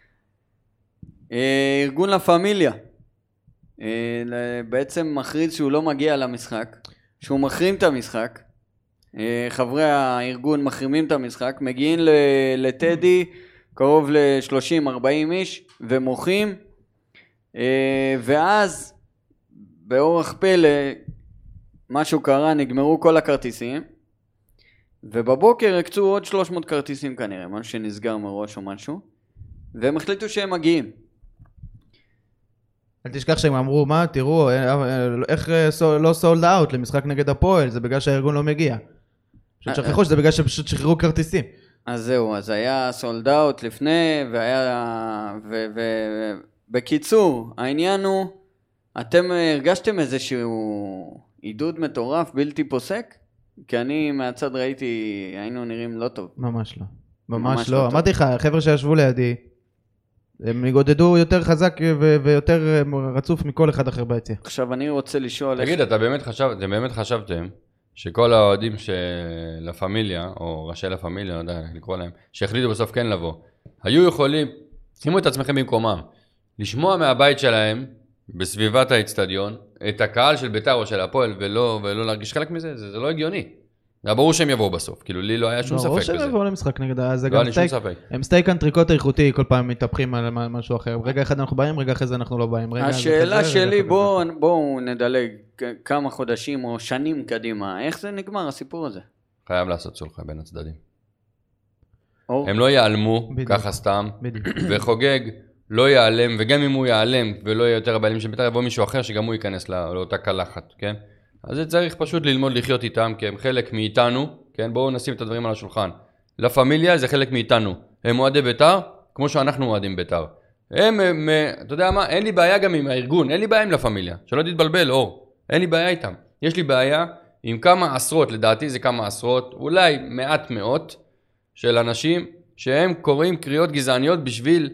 אה, ארגון לה פמיליה, אה, בעצם מכריז שהוא לא מגיע למשחק, שהוא מחרים את המשחק, אה, חברי הארגון מחרימים את המשחק, מגיעים ל- לטדי קרוב ל-שלושים ארבעים איש ומוחים, אה, ואז באורח פלא משהו קרה, נגמרו כל הכרטיסים, ובבוקר הקצו עוד שלוש מאות כרטיסים כנראה, משהו שנסגר מראש או משהו, והם החליטו שהם מגיעים. אל תשכח שהם אמרו, מה, תראו, אה, אה, איך אה, סול- לא סולד אאוט למשחק נגד הפועל, זה בגלל שהארגון לא מגיע. פשוט אה, שכחו שזה בגלל שפשוט שחררו כרטיסים. אז זהו, אז היה סולד אאוט לפני, והיה... ו- ו- בקיצור, העניין הוא, אתם הרגשתם איזשהו עידוד מטורף, בלתי פוסק? כי אני מהצד ראיתי, היינו נראים לא טוב. ממש לא. ממש ממש לא לא. טוב. אמרתי לך, החבר'ה שישבו לידי, הם יגודדו יותר חזק ו- ויותר אה, רצוף מכל אחד אחר ביציע. עכשיו אני רוצה לשאול... תגיד, אתה באמת חשב, אתם באמת חשבתם שכל האוהדים של לה פמיליה, או ראשי לה פמיליה, לא יודע איך לקרוא להם, שהחליטו בסוף כן לבוא, היו יכולים, שימו את עצמכם במקומם, לשמוע מהבית שלהם, בסביבת האצטדיון, את הקהל של בית"ר או של הפועל, ולא, ולא להרגיש חלק מזה, זה, זה לא הגיוני. זה ברור שהם יבואו בסוף, כאילו לי לא היה שום ברור ספק שהם בזה. יבואו למשחק נגד, אז זה לא גם היה לי שום סטייק, ספק. הם סטייק אנטריקוט איכותי, כל פעם מתהפכים על מה- משהו אחר. רגע אחד אנחנו באים, רגע אחרי זה אנחנו לא באים. רגע, השאלה זה חוזר, רגע שלי, אחרי בואו בוא נדלג כ- כמה חודשים או שנים קדימה, איך זה נגמר הסיפור הזה? חייב לעשות סולחה בין הצדדים. אור? הם לא ייעלמו, בדיוק. ככה סתם, זה. בדיוק. וחוגג לא ייעלם, וגם אם הוא ייעלם ולא יהיה יותר הבעלים של בית"ר, יבוא מישהו אחר שגם הוא ייכנס לא, לאותה קלחת, כן? אז זה צריך פשוט ללמוד לחיות איתם, כי הם חלק מאיתנו, כן? בואו נשים את הדברים על השולחן. לה פמיליה זה חלק מאיתנו. הם אוהדי בית"ר, כמו שאנחנו אוהדים בית"ר. הם, הם, אתה יודע מה? אין לי בעיה גם עם הארגון, אין לי בעיה עם לה פמיליה. שלא תתבלבל, אור. אין לי בעיה איתם. יש לי בעיה עם כמה עשרות, לדעתי זה כמה עשרות, אולי מעט מאות, של אנשים שהם קוראים קריאות גזעניות בשביל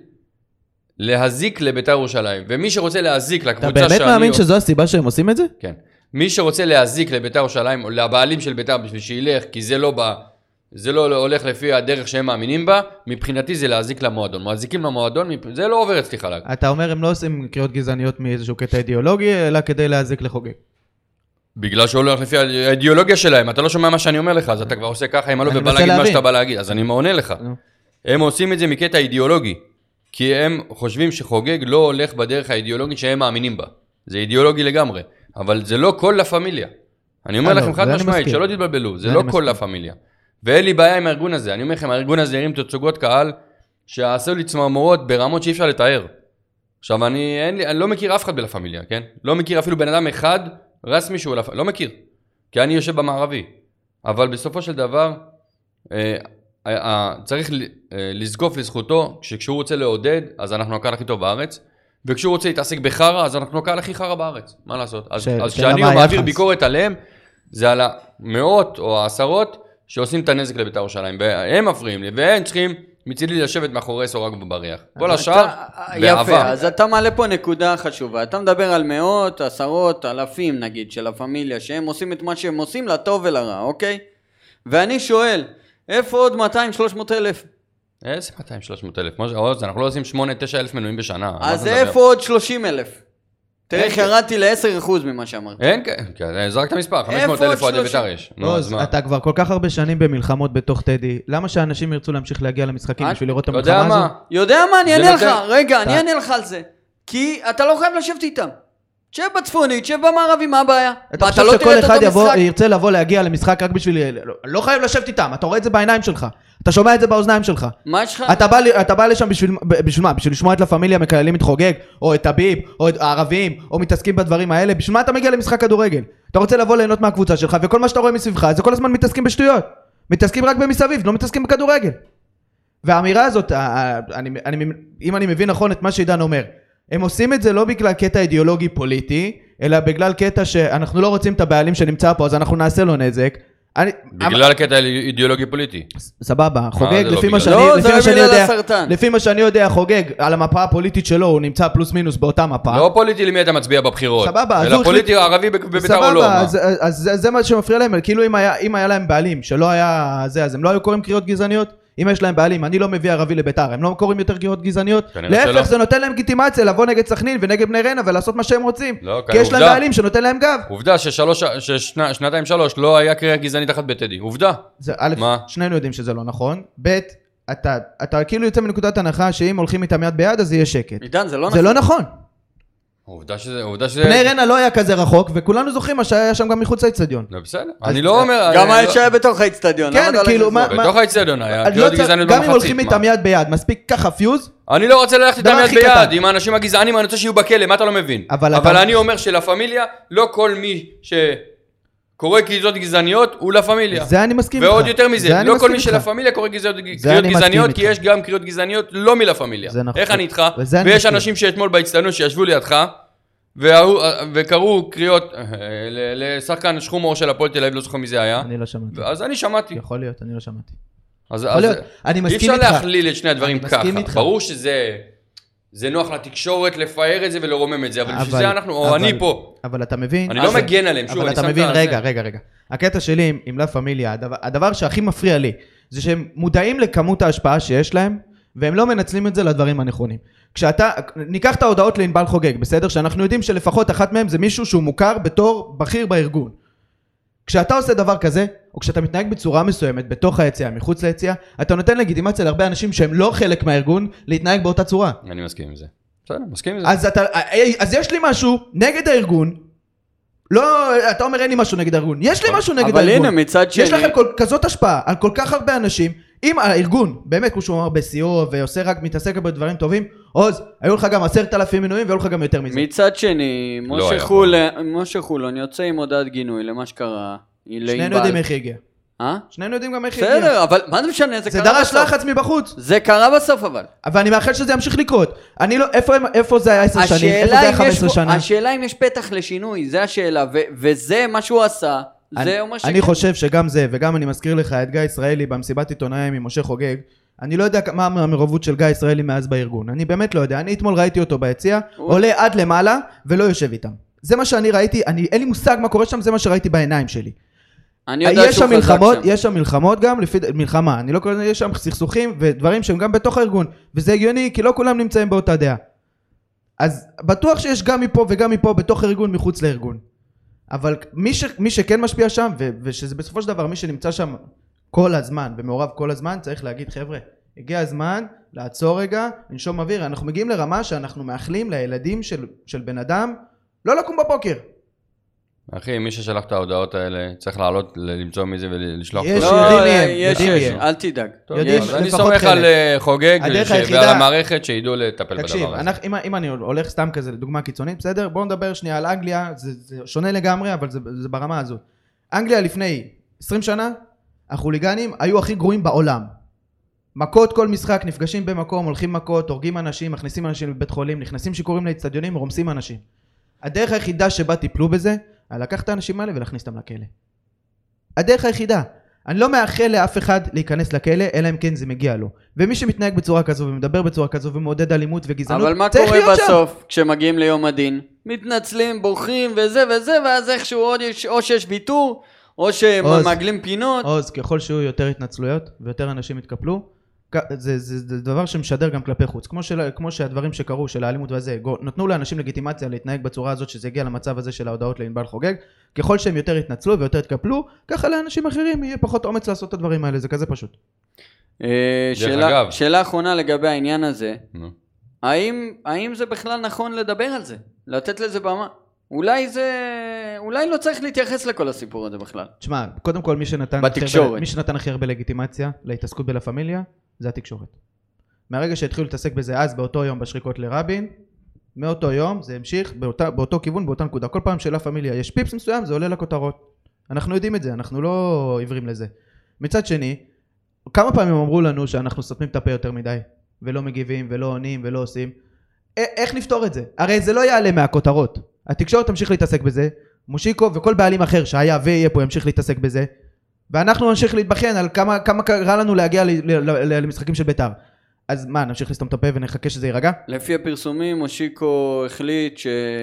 להזיק לבית"ר ירושלים. ומי שרוצה להזיק אתה לקבוצה באמת שאני... מאמין שזו הסיבה שהם עושים את זה? כן. מי שרוצה להזיק לבית"ר ירושלים, או לבעלים של בית"ר בשביל שילך, כי זה לא בא, זה לא הולך לפי הדרך שהם מאמינים בה, מבחינתי זה להזיק למועדון. מזיקים למועדון, זה לא עובר אצלי חלק. אתה אומר הם לא עושים קריאות גזעניות מאיזשהו קטע אידיאולוגי, אלא כדי להזיק לחוגג. בגלל שהוא הולך לפי האידיאולוגיה שלהם, אתה לא שומע מה שאני אומר לך, אז אתה כבר עושה ככה, אם אני לא אני ובא מנסה להגיד מה להבין. שאתה בא להגיד, אז אני עונה לך. נו. הם עושים את זה מקטע אידיאולוגי, כי הם חושבים שחוגג לא הולך בדרך האידיאולוגית שהם מאמינים בה. זה אידיאולוגי לגמרי, אבל זה לא כל לה פמיליה. אני אומר אה, לא, לכם חד זה אני משמעית, מסכים. שלא תתבלבלו, זה זה לא אני כל לה מסכים. פמיליה. ואין לי בעיה עם הארגון הזה, אני אומר לכם, הארגון הזה הרים תצוגות קהל, שעשו לי צמרמורות ברמות שאי אפשר לתאר. עכשיו, אני, אין לי, אני לא מכיר אף אחד בלה פמיליה, כן? לא מכיר אפילו בן אדם אחד, רסמי שהוא, לה- לא מכיר. כי אני יושב במערבי. אבל בסופו של דבר, אה, אה, אה, צריך ל- אה, לזקוף לזכותו, שכשהוא רוצה לעודד, אז אנחנו הקהל הכי טוב בארץ, וכשהוא רוצה להתעסק בחרה, אז אנחנו הקהל הכי חרה בארץ. מה לעשות? אז, ש- אז שאלה כשאני מה מעביר היחס? ביקורת עליהם, זה על המאות או העשרות שעושים את הנזק לבית"ר ירושלים, והם מפריעים לי, והם צריכים מצידי לשבת מאחורי סורג ובריח. כל השאר, אתה- באהבה. יפה, אז אתה מעלה פה נקודה חשובה. אתה מדבר על מאות, עשרות, אלפים נגיד, של הפמיליה, שהם עושים את מה שהם עושים לטוב ולרע, אוקיי? ואני שואל, איפה עוד מאתיים שלוש מאות אלף? איזה מאתיים שלוש מאות אלף? עוז, אנחנו לא עושים שמונה תשע אלף מנויים בשנה. על מה אז אתה מדבר? איפה עוד שלושים אלף? תראה איך ירדתי ל-עשרה אחוז ממה שאמרת. אין, כן, זרקת מספר, חמש מאות אלף אוהדי בית"ר יש. עוז, אתה כבר כל כך הרבה שנים במלחמות בתוך טדי, למה שאנשים ירצו להמשיך להגיע למשחקים בשביל לראות את המלחמה הזו? יודע מה, אני אענה לך, רגע, אני אענה לך על זה. כי אתה לא חייב לשבת איתם. שב בצפונית, שב במערבי, מה הבעיה? אתה חושב שכל אחד ירצה לבוא להגיע למשחק רק בשביל... לא חייב לשבת איתם, אתה רואה את זה בעיניים שלך. אתה שומע את זה באוזניים שלך. מה יש לך? אתה בא לשם בשביל מה? בשביל לשמוע את לה פמיליה מקללים את חוגג, או את הביב, או את הערבים, או מתעסקים בדברים האלה. בשביל מה אתה מגיע למשחק כדורגל? אתה רוצה לבוא ליהנות מהקבוצה שלך, וכל מה שאתה רואה מסביבך, זה כל הזמן מתעסקים בשטויות. מתעסקים רק במסביב, לא מתעסקים בכדורגל. והאמירה הזאת, אם אני מבין נכון את מה שעידן אומר, הם עושים את זה לא בגלל קטע אידיאולוגי פוליטי, אלא בגלל קטע שאנחנו לא רוצים את הבעלים שנמצא פה, אז אנחנו נעשה לו נזק. בגלל קטע אידיאולוגי פוליטי. סבבה, חוגג, לפי מה שאני יודע, חוגג, על המפה הפוליטית שלו, הוא נמצא פלוס מינוס באותה מפה. לא פוליטי למי אתה מצביע בבחירות. סבבה. אלא פוליטי ערבי בבית"ר או לא. סבבה, אז זה מה שמפריע להם, כאילו אם היה להם בעלים, שלא היה זה, אז הם לא היו קוראים קריאות גזעניות? אם יש להם בעלים, אני לא מביא ערבי לביתר, הם לא קוראים יותר קריאות גזעניות. להפך, זה נותן להם גיטימציה לבוא נגד סכנין ונגד בני ריינה ולעשות מה שהם רוצים. כי יש להם בעלים שנותן להם גב. עובדה ששנתיים שלוש לא היה קריאה גזענית אחת בטדי. עובדה. א', שנינו יודעים שזה לא נכון. ב', אתה כאילו יוצא מנקודת הנחה שאם הולכים איתם יד ביד אז זה יהיה שקט. עידן, זה לא נכון. זה לא נכון. עובדה שזה, עובדה שזה... בני ריינה לא היה כזה רחוק, וכולנו זוכרים מה שהיה שם גם מחוץ לאצטדיון. לא בסדר. אני לא אומר... גם היה שהיה בתוך האצטדיון. כן, כאילו... בתוך האצטדיון היה קריאות גזעניות במחצית. גם אם הולכים איתם יד ביד, מספיק ככה פיוז. אני לא רוצה ללכת איתם יד ביד, עם האנשים הגזענים, אני רוצה שיהיו בכלא, מה אתה לא מבין? אבל אני אומר שלפמיליה, לא כל מי שקורא קריאות גזעניות הוא לפמיליה. זה אני מסכים איתך. ועוד יותר מזה, לא כל מי שלפמיליה קורא קריאות גזעניות, כי יש גם קריאות גזעניות לא מלפמיליה. איך אני איתך? ויש אנשים שאתמול באצטדיון שישבו לידך וקראו קריאות לשחקן שחום אור של הפועל תל אביב, לא זוכר מי זה היה. אני לא שמעתי. אז אני שמעתי. יכול להיות, אני לא שמעתי. אז אי אפשר להכליל את שני הדברים ככה. ברור שזה נוח לתקשורת לפאר את זה ולרומם את זה, אבל בשביל זה אנחנו, או אני פה. אבל אתה מבין... אני לא מגן עליהם, שוב, אבל אתה מבין, רגע, רגע, רגע. הקטע שלי עם לה פמיליה, הדבר שהכי מפריע לי, זה שהם מודעים לכמות ההשפעה שיש להם, והם לא מנצלים את זה לדברים הנכונים. כשאתה, ניקח את ההודעות לענבל חוגג, בסדר? שאנחנו יודעים שלפחות אחת מהם זה מישהו שהוא מוכר בתור בכיר בארגון. כשאתה עושה דבר כזה, או כשאתה מתנהג בצורה מסוימת בתוך היציאה, מחוץ ליציאה, אתה נותן לגיטימציה להרבה אנשים שהם לא חלק מהארגון, להתנהג באותה צורה. אני מסכים עם זה. בסדר, מסכים עם זה. אז, אתה, אז יש לי משהו נגד הארגון, לא, אתה אומר אין לי משהו נגד הארגון, יש לי משהו נגד אבל הארגון. הנה, מצד שני... יש לכם כל, כזאת השפעה על כל כך הרבה אנשים, אם הארגון, באמת כמו שהוא אמר בסיוע, ועושה רק מתעסק בדברים טובים, עוז, היו לך גם עשרת אלפים מינויים, והיו לך גם יותר מזה. מצד שני, משה חולון, משה חולון יוצא עם הודעת גינוי למה שקרה. שנינו יודעים איך הגיע. אה? שנינו יודעים גם איך הגיע. בסדר, אבל מה זה משנה? זה קרה בסוף. זה דרש לחץ מבחוץ. זה קרה בסוף אבל. אבל אני מאחל שזה ימשיך לקרות. אני לא, איפה, איפה זה היה עשר שנים? איפה זה היה חמש עשרה שנה? השאלה אם יש פתח לשינוי, זה השאלה, וזה מה שהוא עשה. אני חושב שגם זה, וגם אני מזכיר לך את גיא ישראלי במסיבת עיתונאים עם משה חוגג, אני לא יודע מה המעורבות של גיא ישראלי מאז בארגון, אני באמת לא יודע, אני אתמול ראיתי אותו ביציאה, עולה עד למעלה ולא יושב איתם. זה מה שאני ראיתי, אני, אין לי מושג מה קורה שם, זה מה שראיתי בעיניים שלי. יש שם מלחמות, יש שם מלחמות גם, לפי מלחמה, אני לא קורא, יש שם סכסוכים ודברים שהם גם בתוך הארגון, וזה הגיוני כי לא כולם נמצאים באותה דעה. אז בטוח שיש גם מפה וגם מפה בתוך הארגון, מחוץ לארגון. אבל מי, ש, מי שכן משפיע שם, ו, ושזה בסופו של דבר מי שנמצא שם כל הזמן, ומעורב כל הזמן, צריך להגיד, חבר'ה, הגיע הזמן לעצור רגע, לנשום אוויר, אנחנו מגיעים לרמה שאנחנו מאחלים לילדים של, של בן אדם, לא לקום בבוקר. אחי, מי ששלח את ההודעות האלה, צריך לעלות, למצוא מזה ולשלוח... יש, לא, יודעים יש, יש, אל תדאג. יודעים, אז אני סומך על חוגג ועל המערכת שידעו לטפל בדבר הזה. תקשיב, אם אני הולך סתם כזה לדוגמה קיצונית, בסדר? בואו נדבר שנייה על אנגליה, זה שונה לגמרי, אבל זה ברמה הזו. אנגליה לפני עשרים שנה, החוליגנים היו הכי גרועים בעולם. מכות כל משחק, נפגשים במקום, הולכים מכות, הורגים אנשים, מכניסים אנשים לבית חולים, נכנסים שקוראים לאצטדיונים, רומסים אנשים. הדרך היחידה שבה טיפלו בזה, לקח את האנשים האלה ולהכניס אותם לכלא. הדרך היחידה. אני לא מאחל לאף אחד להיכנס לכלא, אלא אם כן זה מגיע לו. ומי שמתנהג בצורה כזו ומדבר בצורה כזו ומעודד אלימות וגזענות, אבל מה קורה בסוף כשמגיעים ליום הדין? מתנצלים, בורחים וזה וזה, ואז איכשהו או שיש ויתור, או שמעגלים פינות. עוז, ככל שיהיו יותר התנצלויות ויותר אנשים יתקפלו, זה, זה, זה דבר שמשדר גם כלפי חוץ, כמו, של, כמו שהדברים שקרו של האלימות וזה, נתנו לאנשים לגיטימציה להתנהג בצורה הזאת שזה הגיע למצב הזה של ההודעות לענבל חוגג, ככל שהם יותר התנצלו ויותר התקפלו, ככה לאנשים אחרים יהיה פחות אומץ לעשות את הדברים האלה, זה כזה פשוט. שאלה, שאלה אחרונה לגבי העניין הזה, האם, האם זה בכלל נכון לדבר על זה, לתת לזה במה? אולי זה, אולי לא צריך להתייחס לכל הסיפור הזה בכלל. תשמע, קודם כל מי שנתן, בתקשורת. מי שנתן הכי הרבה לגיטימציה להתעסקות בלה פמיליה, זה התקשורת. מהרגע שהתחילו להתעסק בזה אז, באותו יום בשריקות לרבין, מאותו יום זה המשיך באותה, באותו כיוון, באותה נקודה. כל פעם שלה פמיליה יש פיפס מסוים, זה עולה לכותרות. אנחנו יודעים את זה, אנחנו לא עיוורים לזה. מצד שני, כמה פעמים אמרו לנו שאנחנו סותמים את הפה יותר מדי, ולא מגיבים, ולא עונים, ולא עושים. איך נפתור את זה? הרי זה לא יעלה מהכותרות. התקשורת תמשיך להתעסק בזה, מושיקו וכל בעלים אחר שהיה ויהיה פה ימשיך להתעסק בזה, ואנחנו נמשיך להתבחן על כמה, כמה קרה לנו להגיע למשחקים של ביתר. אז מה, נמשיך לסתום את הפה ונחכה שזה יירגע? לפי הפרסומים, מושיקו החליט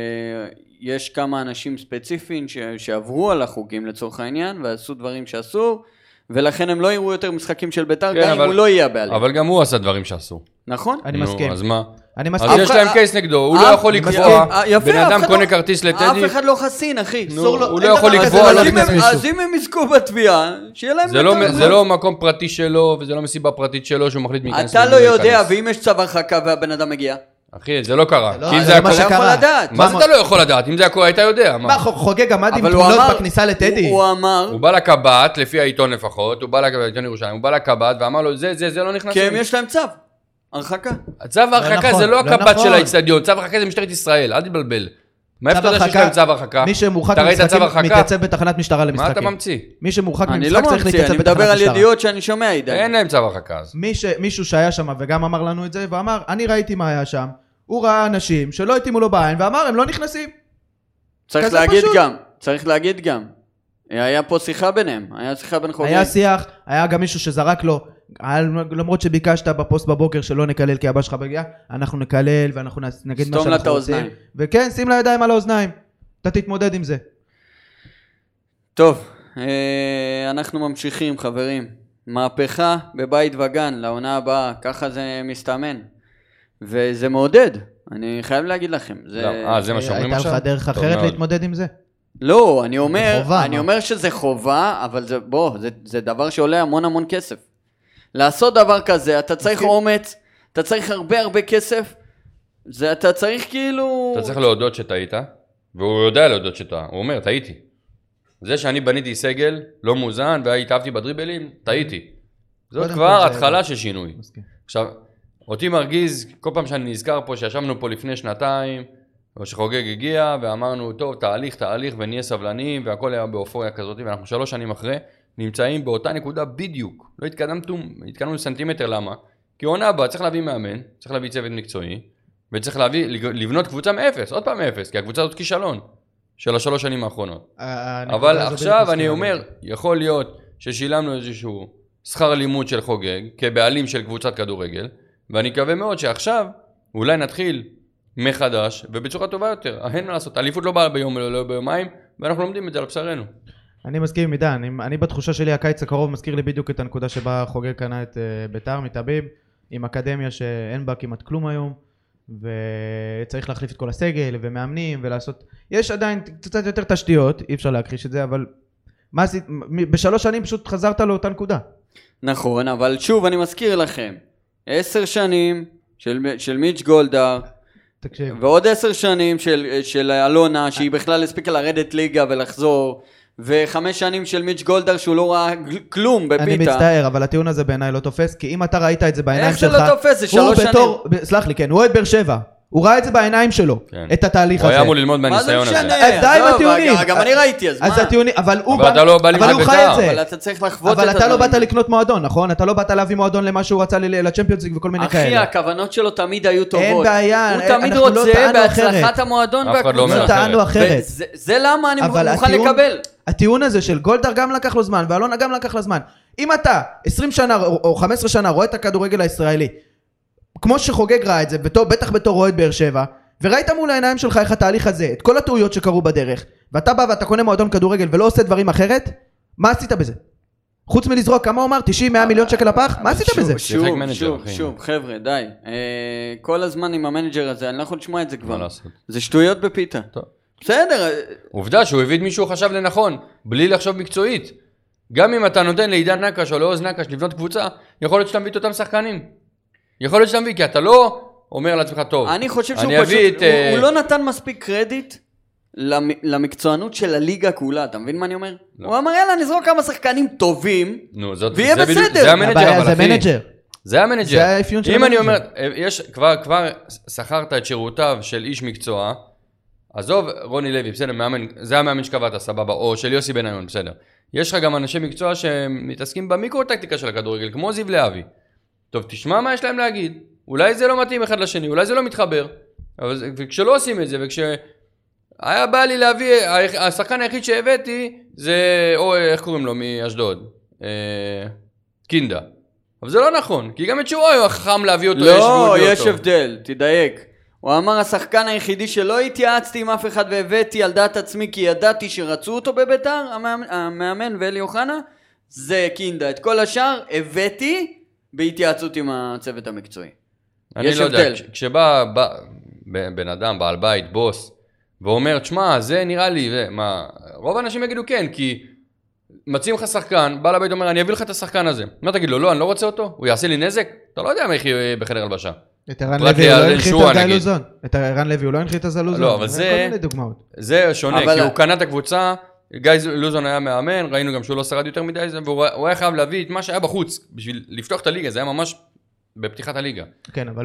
שיש כמה אנשים ספציפיים שעברו על החוגים לצורך העניין, ועשו דברים שאסור, ולכן הם לא יראו יותר משחקים של ביתר, כן, גם אבל, אם הוא לא יהיה הבעלים. אבל גם הוא עשה דברים שאסור. נכון? אני נו, מסכים. אז מה? אני מסכים. אז יש להם קייס נגדו, הוא לא יכול לקבוע, בן אדם קונה כרטיס לטדי. אף אחד לא חסין, אחי. הוא לא יכול לקבוע. אז אם הם יזכו בתביעה, שיהיה להם... זה לא מקום פרטי שלו, וזה לא מסיבה פרטית שלו, שהוא מחליט מכנס. אתה לא יודע, ואם יש צו הרחקה והבן אדם מגיע? אחי, זה לא קרה. זה לא יכול לדעת. מה זה אתה לא יכול לדעת? אם זה היה קורה, היית יודע. מה, חוגג עמד עם תמונות בכניסה לטדי? הוא אמר... הוא בא לקב"ט, לפי העיתון לפחות, הוא בא לעיתון ירושלים, הוא בא לקב"ט ואמר לו, זה, זה, זה לא נכנס. כי הם יש להם צו. הרחקה. צו הרחקה זה לא הקב"ט של האצטדיון, צו הרחקה זה משטרת ישראל, אל תתבלבל. מאיפה אתה יודע שיש להם צו הרחקה? מי שמורחק ממשחקים מתייצב בתחנת משטרה למשחקים. מה אתה ממציא? מי שמורחק ממשחק צריך להתייצב בתחנת משטרה. אני מדבר על ידיעות שאני שומע, עידן. אין להם צו הרחקה אז. מישהו שהיה שם וגם אמר לנו את זה, ואמר, אני ראיתי מה היה שם. הוא ראה אנשים שלא התאימו לו בעין, ואמר, הם לא נכנסים. צריך להגיד גם, צריך להגיד גם. היה פה שיחה ביניהם, היה שיחה בין חוגג. היה שיח, היה גם מישהו שזרק לו, למרות שביקשת בפוסט בבוקר שלא נקלל כי הבא שלך בגיעה, אנחנו נקלל ואנחנו נגיד מה שאנחנו רוצים. וכן, שים לידיים על האוזניים, אתה תתמודד עם זה. טוב, אנחנו ממשיכים חברים. מהפכה בבית וגן, לעונה הבאה, ככה זה מסתמן. וזה מעודד, אני חייב להגיד לכם. אה, זה מה שאומרים עכשיו? הייתה לך דרך אחרת להתמודד עם זה? לא, אני אומר, אני אומר שזה חובה, אבל זה, בוא, זה, זה דבר שעולה המון המון כסף. לעשות דבר כזה, אתה צריך אומץ, אתה צריך הרבה הרבה כסף, זה אתה צריך כאילו... אתה צריך להודות שטעית, והוא יודע להודות שטעה, הוא אומר, טעיתי. זה שאני בניתי סגל, לא מוזן, והתאהבתי בדריבלים, טעיתי. זאת כבר התחלה של שינוי. עכשיו, אותי מרגיז, כל פעם שאני נזכר פה, שישבנו פה לפני שנתיים, או שחוגג הגיע, ואמרנו, טוב, תהליך, תהליך, ונהיה סבלנים, והכל היה באופוריה כזאת, ואנחנו שלוש שנים אחרי, נמצאים באותה נקודה בדיוק. לא התקדמנו סנטימטר, למה? כי עונה הבאה, צריך להביא מאמן, צריך להביא צוות מקצועי, וצריך להביא, לבנות קבוצה מאפס, עוד פעם מאפס, כי הקבוצה הזאת כישלון, של השלוש שנים האחרונות. אבל עכשיו אני אומר, יכול להיות ששילמנו איזשהו שכר לימוד של חוגג, כבעלים של קבוצת כדורגל, ואני מקווה מאוד שעכשיו אולי נתחיל מחדש ובצורה טובה יותר. אין מה לעשות, אליפות לא באה ביום ולא ביומיים, ואנחנו לומדים את זה על בשרנו. אני מסכים עם עידן, אני, אני בתחושה שלי הקיץ הקרוב מזכיר לי בדיוק את הנקודה שבה חוגג קנה את uh, ביתר מתאביב, עם אקדמיה שאין בה כמעט כלום היום, וצריך להחליף את כל הסגל ומאמנים ולעשות, יש עדיין קצת יותר תשתיות, אי אפשר להכחיש את זה, אבל מה עשית, בשלוש שנים פשוט חזרת לאותה נקודה. נכון, אבל שוב אני מזכיר לכם, עשר שנים של, של מיץ' גולדהר, תקשיב. ועוד עשר שנים של, של אלונה, שהיא בכלל הספיקה לרדת ליגה ולחזור, וחמש שנים של מיץ' גולדהר שהוא לא ראה כלום בפיתה. אני מצטער, אבל הטיעון הזה בעיניי לא תופס, כי אם אתה ראית את זה בעיניים שלך... איך זה לא תופס? זה שלוש בתור, שנים. סלח לי, כן, הוא אוהד באר שבע. הוא ראה את זה בעיניים שלו, כן. את התהליך הוא הזה. הוא היה אמור ללמוד מהניסיון הזה. מה זה משנה? אז די עם הטיעונים. גם אני ראיתי, אז מה? אז הטיעונים, אבל הוא אבל, בא, לא בא אבל הוא חי את זה. אבל אתה צריך לחוות את אבל אתה לא הדברים. באת לקנות מועדון, נכון? אתה לא באת להביא מועדון למה שהוא רצה לצ'מפיונס ליג וכל מיני כאלה. אחי, הכוונות שלו תמיד היו טובות. אין בעיה. הוא תמיד רוצה בהצלחת המועדון והקבוצה. טענו אחרת. זה למה אני מוכן לקבל. הטיעון הזה של גולדהר גם לקח לו זמן, ואלונה גם לקח לו זמן. אם אתה עשרים שנה או חמש עשרה שנה רואה את הכדורגל הישראלי, כמו שחוגג ראה את זה, בטח בתור אוהד באר שבע, וראית מול העיניים שלך איך התהליך הזה, את כל הטעויות שקרו בדרך, ואתה בא ואתה קונה מועדון כדורגל ולא עושה דברים אחרת, מה עשית בזה? חוץ מלזרוק, כמה הוא אמר? תשעים מאה מיליון שקל לפח? מה עשית בזה? שוב, שוב, שוב, חבר'ה, די. כל הזמן עם המנג'ר הזה, אני לא יכול לשמוע את זה כבר. זה שטויות בפיתה. בסדר. עובדה שהוא הביא מישהו חשב לנכון, בלי לחשוב מקצועית. גם אם אתה נותן לעידן נקש או לעוז נקש לבנות קבוצה, יכול להיות שאתה מביא את אותם שחקנים. יכול להיות שאתה מביא, כי אתה לא אומר לעצמך טוב. אני חושב שהוא פשוט, הוא לא נתן מספיק קרדיט למקצוענות של הליגה כולה, אתה מבין מה אני אומר? הוא אמר, יאללה, נזרוק כמה שחקנים טובים, ויהיה בסדר. זה המנג'ר, זה המנג'ר. זה המנג'ר. זה האפיון של אם אני המנג'ר. אומר, יש, כבר, כבר שכרת את שירותיו של איש מקצוע, עזוב, רוני לוי, בסדר, מאמן, זה המאמן שקבעת, סבבה, או של יוסי בניון, בסדר. יש לך גם אנשי מקצוע שמתעסקים במיקרו-טקטיקה של הכדורגל, כמו זיו להבי. טוב, תשמע מה יש להם להגיד. אולי זה לא מתאים אחד לשני, אולי זה לא מתחבר. אבל וכשלא עושים את זה, וכשהיה בא לי להביא, השחקן היחיד שהבאתי, זה, או איך קוראים לו, מאשדוד? קינדה. אבל זה לא נכון, כי גם את שהוא היה חכם להביא אותו. לא, יש הבדל, תדייק. הוא אמר, השחקן היחידי שלא התייעצתי עם אף אחד והבאתי על דעת עצמי, כי ידעתי שרצו אותו בביתר, המאמן ואלי אוחנה, זה קינדה. את כל השאר הבאתי בהתייעצות עם הצוות המקצועי. אני לא יודע, כשבא בן אדם, בעל בית, בוס, ואומר, תשמע, זה נראה לי, מה, רוב האנשים יגידו כן, כי מציעים לך שחקן, בעל הבית אומר, אני אביא לך את השחקן הזה. מה תגיד לו? לא, אני לא רוצה אותו, הוא יעשה לי נזק? אתה לא יודע מה יחיה בחדר הלבשה. את ערן לוי הוא לא הנחית את גיא לוזון. את ערן לוי הוא לא הנחית את לוזון. לא, אבל זה, זה שונה, כי הוא קנה את הקבוצה, גיא לוזון היה מאמן, ראינו גם שהוא לא שרד יותר מדי, והוא היה חייב להביא את מה שהיה בחוץ, בשביל לפתוח את הליגה, זה היה ממש בפתיחת הליגה. כן, אבל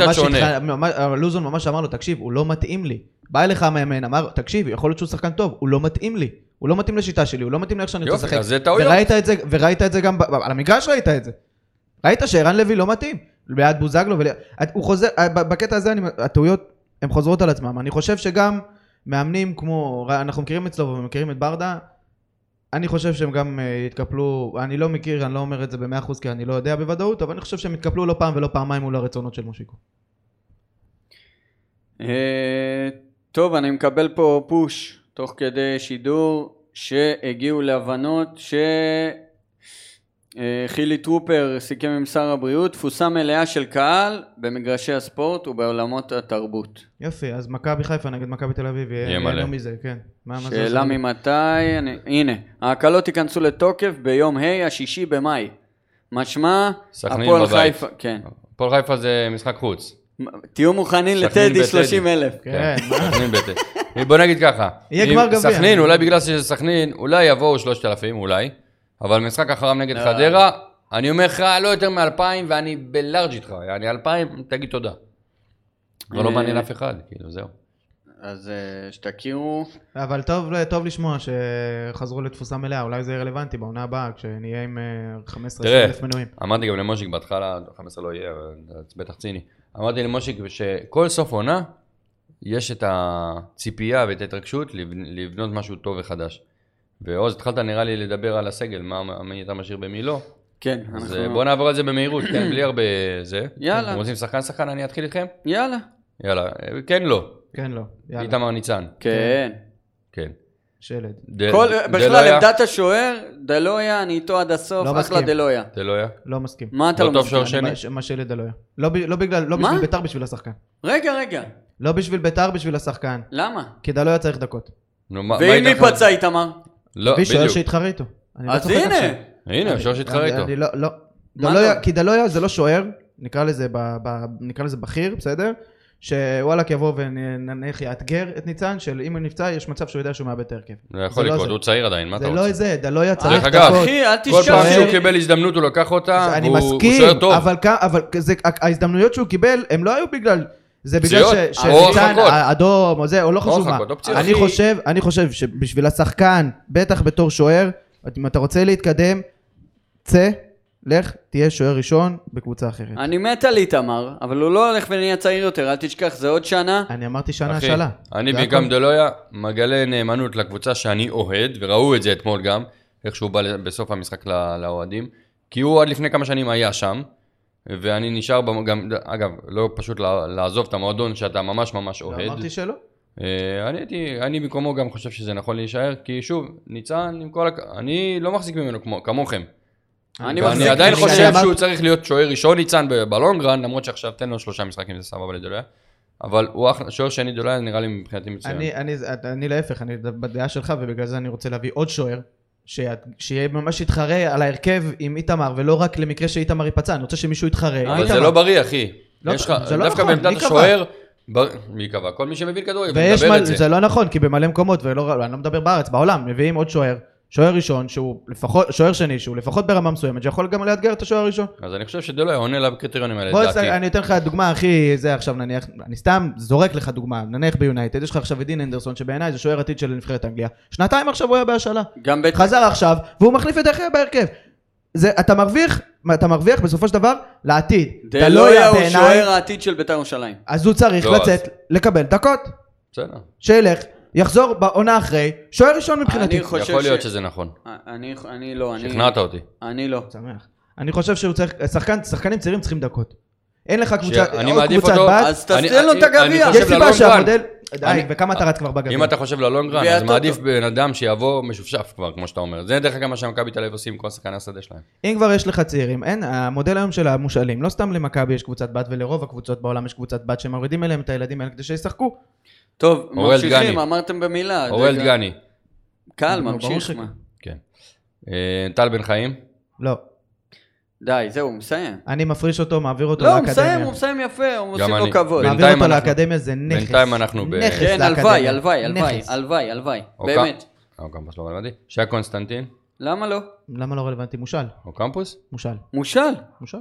לוזון ממש אמר לו, תקשיב, הוא לא מתאים לי. בא אליך המאמן, אמר, תקשיב, יכול להיות שהוא שחקן טוב, הוא לא מתאים לי. הוא לא מתאים לשיטה שלי, הוא לא מתאים לאיך שאני רוצה לשחק. וראית את זה גם, על המגרש ראית את זה. ראית שערן לוי לא מתאים. ליד בוזגלו, הוא חוזר, בקטע הזה הטעויות, הן חוזרות על עצמם. אני חושב שגם מאמנים כמו, אנחנו מכירים את סלובו ומכירים את ברדה, אני חושב שהם גם התקפלו, אני לא מכיר, אני לא אומר את זה ב-מאה אחוז כי אני לא יודע בוודאות, אבל אני חושב שהם התקפלו לא פעם ולא פעמיים מול הרצונות של מושיקו. טוב, אני מקבל פה פוש תוך כדי שידור שהגיעו להבנות ש... חילי טרופר סיכם עם שר הבריאות, תפוסה מלאה של קהל במגרשי הספורט ובעולמות התרבות. יופי, אז מכבי חיפה נגד מכבי תל אביב, יהיה מלא מזה, כן. שאלה ממתי, אני... הנה, ההקלות ייכנסו לתוקף ביום ה' השישי במאי. משמע, הפועל חיפה, כן. הפועל חיפה זה משחק חוץ. תהיו מוכנים לטדי שלושים אלף. כן, סכנין בטדי. בוא נגיד ככה, יהיה גמר גביע. סכנין, אולי בגלל שזה סכנין, אולי יבואו שלושת אלפים, אולי. אבל משחק אחרם נגד חדרה, אני אומר לך לא יותר מאלפיים, ואני בלארג' איתך, אני אלפיים, תגיד תודה. אבל לא מעניין אף אחד, כאילו, זהו. אז שתכירו. אבל טוב, טוב לשמוע שחזרו לתפוסה מלאה, אולי זה יהיה רלוונטי בעונה הבאה, כשנהיה עם חמש עשרה אלף מנויים. אמרתי גם למושיק, בהתחלה, חמש עשרה לא יהיה, בטח ציני. אמרתי למושיק שכל סוף עונה, יש את הציפייה ואת ההתרגשות לבנות משהו טוב וחדש. ועוז, התחלת נראה לי לדבר על הסגל, מה אתה משאיר במי לא. כן. אז בוא נעבור על זה במהירות, כן, בלי הרבה זה. יאללה. אתם רוצים שחקן שחקן, אני אתחיל איתכם? יאללה. יאללה, כן לא. כן לא. איתמר ניצן. כן. כן. שלד. בכלל, עמדת השוער, דלויה, אני איתו עד הסוף, אחלה דלויה. דלויה? לא מסכים. מה אתה לא מסכים? מה שלד דלויה. לא בגלל, לא בשביל ביתר, בשביל השחקן. רגע, רגע. לא בשביל ביתר, בשביל השחקן. למה? כי דלויה צריך דקות. ואם מי פצע איתמר? לא, בדיוק. שוער שהתחרה איתו. אז הנה. הנה, שוער שהתחרה איתו. לא, לא. כי דלויה זה לא שוער, נקרא לזה בכיר, בסדר? שוואלק יבוא ונניח יאתגר את ניצן, של אם הוא נפצע, יש מצב שהוא יודע שהוא מאבד את ההרכב. זה יכול לקרות, הוא צעיר עדיין, מה אתה רוצה? זה לא זה, דלויה צריך דרך אגב, כל פעם שהוא קיבל הזדמנות הוא לקח אותה, הוא שוער טוב. אבל ההזדמנויות שהוא קיבל, הם לא היו בגלל... זה בגלל שניצן אדום או זה, או לא חשוב מה. אני חושב שבשביל השחקן, בטח בתור שוער, אם אתה רוצה להתקדם, צא, לך, תהיה שוער ראשון בקבוצה אחרת. אני מת על איתמר, אבל הוא לא הולך ונהיה צעיר יותר, אל תשכח, זה עוד שנה. אני אמרתי שנה השאלה. אני וגם דלויה מגלה נאמנות לקבוצה שאני אוהד, וראו את זה אתמול גם, איך שהוא בא בסוף המשחק לאוהדים, כי הוא עד לפני כמה שנים היה שם, ואני נשאר גם, אגב, לא פשוט לעזוב את המועדון שאתה ממש ממש אוהד. לא אמרתי שלא. אני הייתי, אני במקומו גם חושב שזה נכון להישאר, כי שוב, ניצן, עם כל, אני לא מחזיק ממנו כמו, כמוכם. אני ואני מחזיק עדיין משם. חושב אמר- שהוא צריך להיות שוער ראשון ניצן ב- בלונגרן, למרות שעכשיו תן לו שלושה משחקים, זה סבבה לדוליה. אבל הוא אחלה- שוער שני דוליה נראה לי מבחינתי מצוין. אני, אני, אני להפך, אני בדעה שלך, ובגלל זה אני רוצה להביא עוד שוער, ש- שיהיה ממש יתחרה על ההרכב עם איתמר, ולא רק למקרה שאיתמר ייפצע, אני רוצה שמישהו יתחרה. עם אבל זה איתמר. לא בריא, אחי. לא, יש לך, זה לא דווקא נכון, בעמדת מי קבע? השוער, בר- מי קבע? כל מי שמבין כדורגל, ויש ומדבר מל, את זה. זה לא נכון, כי במלא מקומות, ולא, אני לא מדבר בארץ, בעולם, מביאים עוד שוער, שוער ראשון, שהוא לפחות, שוער שני, שהוא לפחות ברמה מסוימת, שיכול גם לאתגר את השוער הראשון. אז אני חושב שדוליה עונה לקריטריונים האלה, בוא, לדעתי. אני אתן לך דוגמה הכי, זה עכשיו נניח, אני סתם זורק לך דוגמה, נניח ביונייטד, יש לך עכשיו את דין אנדרסון, שבעיניי זה שוער עתיד של נבחרת אנגליה, שנתיים עכשיו הוא היה בהשאלה, גם בית... חזר עכשיו, והוא מחליף את דחיה בהרכב. זה, אתה מרוויח, אתה מרוויח בסופו של דבר לעתיד. דלויה הוא שוער העתיד של בית"ר ירושלים. אז הוא צריך לא, לצאת, לקבל דקות, בסדר. שילך, יחזור בעונה אחרי, שוער ראשון מבחינתי. אני חושב יכול ש- להיות שזה נכון. אני אני לא, אני... שכנעת אותי. אני לא. שמח. אני חושב שהוא צריך, שחקן, שחקנים צעירים צריכים דקות. אין לך קבוצה, שאני עוד מעדיף קבוצת אותו- בת, אז אני- תעשה לו את אני- הגביע. אני יש חושב סיבה ללונגרן. שהמודל, די, אני- וכמה אתה רץ כבר בגביע. אם אתה חושב ללונגרן, גביע אז מעדיף הטוטו. בן אדם שיבוא משופשף כבר, כמו שאתה אומר. זה דרך אגב מה שמכבי תל אביב עושים עם כל שחקני השדה שלהם. אם כבר יש לך צעירים, אין, המודל היום של המושאלים, לא סתם למכבי יש קבוצת בת, ולרוב הקבוצות בעולם יש קבוצת בת שמורידים אליהם את הילדים האלה כדי שישחקו. טוב, אוראל ממשיכים, דגני. אמרתם במילה. אוראל דגה. דגני. קל, נו, ברור ממשיך שכן. מה. כן. אה, טל בן חיים. לא. די, זהו, הוא מסיים. אני מפריש אותו, מעביר אותו לא, הוא לאקדמיה. מסיים, הוא מסיים יפה, הוא עושים לו אני. כבוד. בן- מעביר בינתיים אותו אנחנו- לאקדמיה זה נכס. בינתיים אנחנו ב- נכס כן, לאקדמיה. הלוואי, הלוואי, הלוואי, נכס. הלוואי, הלוואי, או באמת. או קמפוס לא רלוונטי. שי קונסטנטין. למה לא? למה לא רלוונטי? מושל. או קמפוס. מושל. מושל. מושל.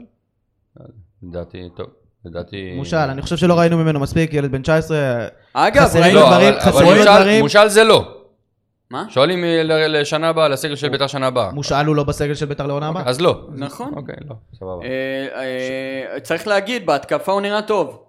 לדעתי, טוב. לדעתי... מושל. אני חושב שלא ראינו ממנו מספיק, ילד בן תשע עשרה. אגב, חסרים ראינו... לו לא, דברים- אבל- אבל חסרים לו מושל- דברים. מושל זה לא. מה? שואלים ל- לשנה הבאה, לסגל של בית"ר שנה הבאה. מושל הוא לא בסגל של בית"ר לעונה הבאה. אז לא. נכון. אוקיי, לא, סבבה. אה, אה, צריך להגיד, בהתקפה הוא נראה טוב.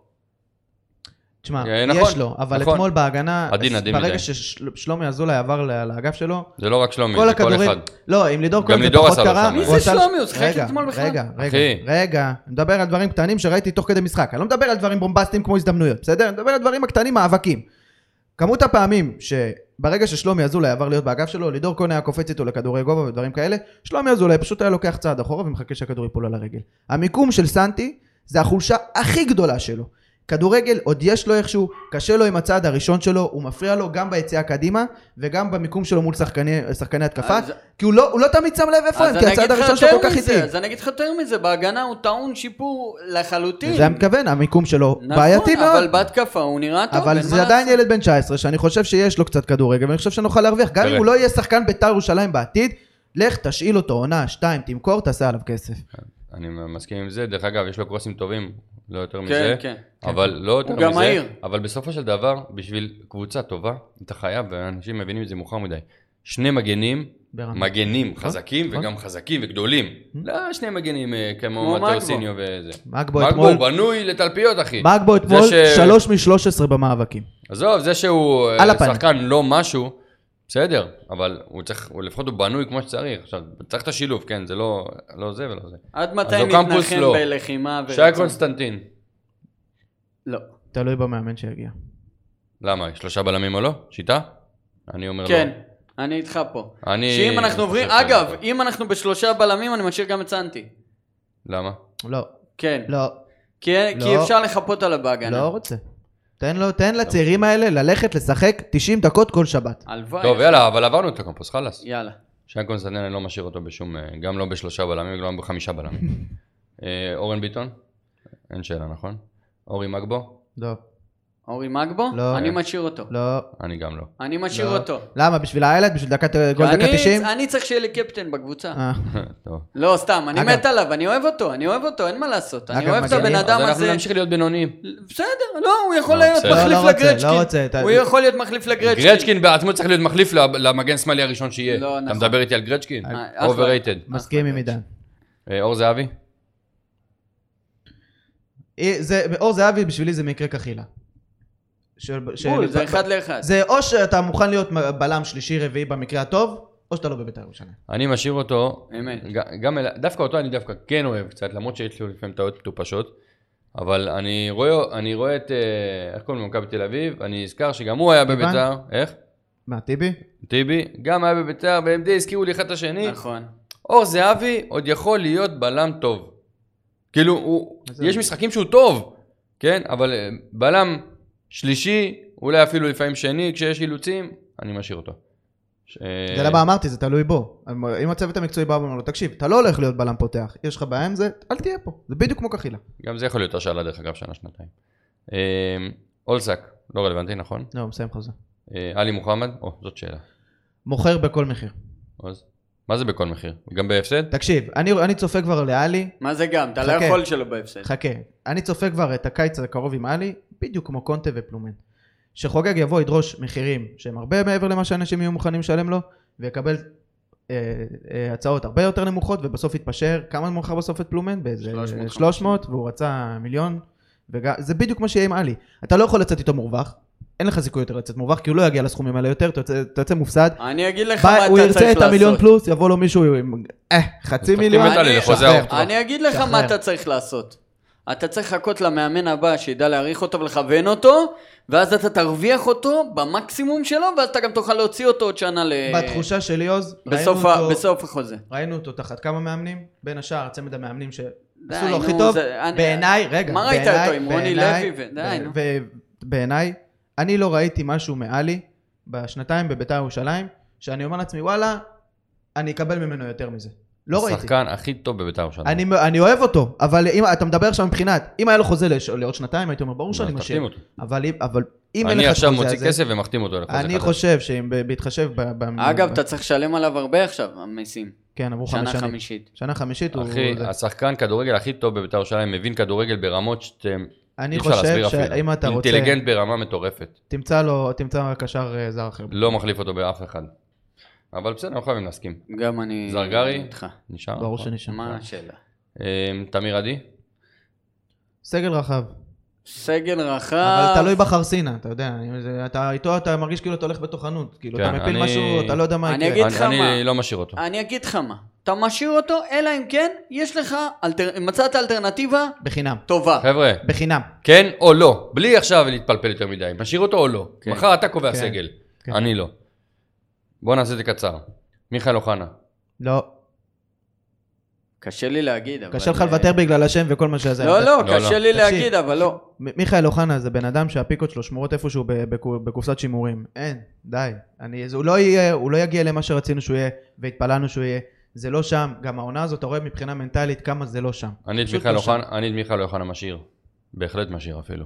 תשמע, אה, נכון, יש לו, אבל נכון. אתמול בהגנה, עדין, עדין ברגע מדי. ששלומי אזולאי עבר ל- לאגף שלו, זה לא רק שלומי, כל זה כל הכדורים, אחד. לא, אם לידור גם כהן זה לידור פחות עשה לו קרה, שם. מי מי זה עשה- שלומי? הוא שיחק רגע, אתמול בכלל. רגע, רגע, אחי. רגע, אני מדבר על דברים קטנים שראיתי תוך כדי משחק, אני לא מדבר על דברים בומבסטיים כמו הזדמנויות, בסדר? אני מדבר על דברים הקטנים, מאבקים. כמות הפעמים שברגע ששלומי אזולאי עבר להיות באגף שלו, לידור כהן היה קופץ איתו לכדורי גובה ודברים כאלה, שלומי אזולאי פשוט היה לוקח צעד אחורה ומחכה שהכדור ייפול על הרגל. המיקום של סנטי זה החולשה הכי גדולה שלו. כדורגל עוד יש לו איכשהו, קשה לו עם הצעד הראשון שלו, הוא מפריע לו גם ביציאה קדימה וגם במיקום שלו מול שחקני, שחקני התקפה, אז- כי הוא לא, הוא לא תמיד שם לב איפה אז הם, כי אני הצעד אגיד לך הראשון שלו יותר כל כך מזה, איטי. אז אני אגיד לך יותר מזה, בהגנה הוא טעון שיפור לחלוטין. זה המכוון, המיקום שלו נכון, בעייתי מאוד. אבל בהתקפה הוא נראה טוב. אבל אין זה מה עדיין לעשות. ילד בן תשע עשרה, שאני חושב שיש לו קצת כדורגל, ואני חושב שנוכל להרוויח. גם תראה. אם הוא לא יהיה שחקן בית"ר ירושלים בעתיד, לך תשאיל אותו עונה, שתיים, תמכור, תעשה עליו כסף. אני מסכים עם זה, דרך אגב, יש לו קרוסים טובים, לא יותר כן, מזה, כן. אבל לא יותר הוא מזה, גם מהיר. אבל בסופו של דבר, בשביל קבוצה טובה, אתה חייב, ואנשים מבינים את זה מאוחר מדי, שני מגנים, ברמה. מגנים חזקים נכון. וגם חזקים וגדולים, לא שני מגנים אה, כמו כמו מתאו מגבו. סיניו וזה. מגבו מגבו אתמול, בנוי לתלפיות, אחי. מגבו אתמול, ש- שלוש משלוש עשרה במאבקים. עזוב, זה שהוא על אה, הפנים. שחקן לא משהו, בסדר, אבל הוא צריך, הוא לפחות הוא בנוי כמו שצריך. עכשיו, צריך את השילוב, כן, זה לא לא זה ולא זה. עד מתי אז אוקמפוס מתנחם לא. בלחימה שי ורצון? קונסטנטין, לא. תלוי במאמן שיגיע. למה? שלושה בלמים או לא? שיטה? אני אומר כן, לא. אני איתך פה. אני... שאם אנחנו עוברים, חושב אגב, שזה- אם אנחנו בשלושה בלמים, אני משאיר גם את סנטי. למה? לא, כן. לא, כי לא. כי אפשר לחפות עליו בהגנה. לא רוצה. תן לו, תן לצעירים האלה ללכת לשחק תשעים דקות כל שבת. הלוואי. טוב, יאללה, אבל עברנו את הקומפוס, חלאס. יאללה. שי קונסטנטין, אני לא משאיר אותו בשום... אה, גם לא בשלושה בלמים, גם לא בחמישה בלמים. אה, אורן ביטון? אין שאלה, נכון? אורי מגבו? לא, אורי מגבו? לא. אני משאיר אותו. לא. אני גם לא. אני משאיר לא. אותו. למה? בשביל האיילת? בשביל דקת גול אני- דקה תשעים? אני צריך שיהיה לי קפטן בקבוצה. אה. טוב. לא, סתם, אני אגב- מת עליו, אני אוהב אותו, אני אוהב אותו, אין מה לעשות. אני אגב, אוהב את מגנים, הבן אדם אז אנחנו הזה. נמשיך להיות בינוניים. בסדר, לא, הוא יכול לא, להיות בסדר. לא, מחליף לא רוצה, לגרצ'קין. לא רוצה, אתה- הוא יכול להיות מחליף לגרצ'קין. גרצ'קין בעצמו צריך להיות מחליף למגן שמאלי הראשון שיהיה. לא, אתה נכון. מדבר איתי על גרצ'קין? אה, אחלה. אובררייטד. מסכים עם עידן. אור זהבי? אה, זה- אור זהבי בשבילי זה מקרה כחילה. של- של- בול, זה ב- אחד לאחד. זה או שאתה מוכן להיות בלם שלישי רביעי במקרה הטוב, או שאתה לא בבית"ר ירושלים. אני משאיר אותו, אמת. ג- גם אל- דווקא אותו אני דווקא כן אוהב קצת, למרות שיש לי לפעמים טעות מטופשות, אבל אני רואה, אני רואה את, אה, איך קוראים לו, מכבי תל אביב, אני אזכר שגם הוא היה טיבן? בביתר, איך? מה, טיבי? טיבי, גם היה בביתר, והם די הזכירו לי אחד את השני, נכון. אור זהבי עוד יכול להיות בלם טוב. כאילו, הוא, יש משחקים שהוא טוב, כן? אבל בלם שלישי, אולי אפילו לפעמים שני, כשיש אילוצים, אני משאיר אותו. ש... זה למה אמרתי, זה תלוי בו. אם הצוות המקצועי בא ואומר לו, תקשיב, אתה לא הולך להיות בלם פותח, יש לך בעיה עם זה, אל תהיה פה. זה בדיוק כמו כחילה. גם זה יכול להיות השאלה דרך אגב שנה, שנתיים. אולסק, לא רלוונטי, נכון? לא, מסיים חוזה. אלי מוחמד, או, זאת שאלה. מוכר בכל מחיר. אז, מה זה בכל מחיר? גם בהפסד? תקשיב, אני, אני צופה כבר לאלי. מה זה גם? אתה לא יכול שלו בהפסד. חכה, אני צופה כבר את הקיץ הקרוב עם אלי, בדיוק כמו קונטה ופלומן. שחוגג יבוא ידרוש מחירים שהם הרבה מעבר למה שאנשים יהיו מוכנים לשלם לו, ויקבל אה, אה, הצעות הרבה יותר נמוכות, ובסוף יתפשר. כמה מוכר בסוף את פלומן? באיזה שלוש מאות, והוא רצה מיליון. וזה בדיוק מה שיהיה עם אלי. אתה לא יכול לצאת איתו מורווח, אין לך סיכוי יותר לצאת מורווח, כי הוא לא יגיע לסכומים האלה יותר, אתה יוצא מופסד. אני אגיד לך מה אתה צריך לעשות. הוא ירצה את המיליון פלוס, יבוא לו מישהו עם אה, חצי מיליון. אני אגיד לך מה אתה צריך לעשות. אתה צריך לחכות למאמן הבא שידע להעריך אותו ולכוון אותו, ואז אתה תרוויח אותו במקסימום שלו, ואז אתה גם תוכל להוציא אותו עוד שנה ל... בתחושה שלי עוז, בסוף, ה... בסוף החוזה. ראינו אותו תחת כמה מאמנים, בין השאר צמד המאמנים שעשו לו הכי טוב, בעיניי, רגע, מה ראית אותו עם רוני לוי? די, נו. ובעיניי, אני לא ראיתי משהו מעלי, בשנתיים בבית"ר ירושלים, שאני אומר לעצמי, וואלה, אני אקבל ממנו יותר מזה. לא ראיתי. השחקן הכי טוב בבית"ר ירושלים. אני, אני אוהב אותו, אבל אם אתה מדבר עכשיו מבחינת, אם היה לו חוזה לעוד שנתיים, הייתי אומר, ברור שאני משאיר. אבל, אבל אם אין לך אני עכשיו מוציא כסף ומחתים אותו לחוזה. אני חושב שאם בהתחשב... אגב, אתה צריך לשלם עליו הרבה עכשיו, המסים. כן, עבור שנה חמש שנים. חמישית. שנה חמישית הוא... אחי, השחקן כדורגל הכי טוב בבית"ר ירושלים, מבין כדורגל ברמות שאתם... אני חושב שאם אתה רוצה... אינטליגנט ברמה מטורפת. תמצא לו, תמצא קשר זר אחר. לא מחליף אותו באף אחד. אבל בסדר, אנחנו חייבים להסכים. גם אני... זרגרי? איתך. נשאר? ברור שנשאר. מה השאלה? תמיר עדי? סגל רחב. סגל רחב. אבל תלוי בחרסינה, אתה יודע. אתה איתו, אתה מרגיש כאילו אתה הולך בתוך חנות. כאילו, אתה מפיל משהו, אתה לא יודע מה יקרה. אני אגיד לך מה. אני לא משאיר אותו. אני אגיד לך מה. אתה משאיר אותו, אלא אם כן, יש לך, מצאת אלטרנטיבה בחינם. טובה. חבר'ה. בחינם. כן או לא. בלי עכשיו להתפלפל יותר מדי. משאיר אותו או לא. מחר אתה קובע סגל. אני לא. בוא נעשה את זה קצר. מיכאל אוחנה. לא. קשה לי להגיד, אבל... קשה לך לוותר בגלל השם וכל מה שזה. לא, לא, קשה לי להגיד, אבל לא. מיכאל אוחנה זה בן אדם שהפיקות שלו שמורות איפשהו בקופסת שימורים. אין, די. הוא לא יגיע למה שרצינו שהוא יהיה, והתפללנו שהוא יהיה. זה לא שם. גם העונה הזאת, אתה רואה מבחינה מנטלית כמה זה לא שם. אני את מיכאל אוחנה משאיר. בהחלט משאיר אפילו.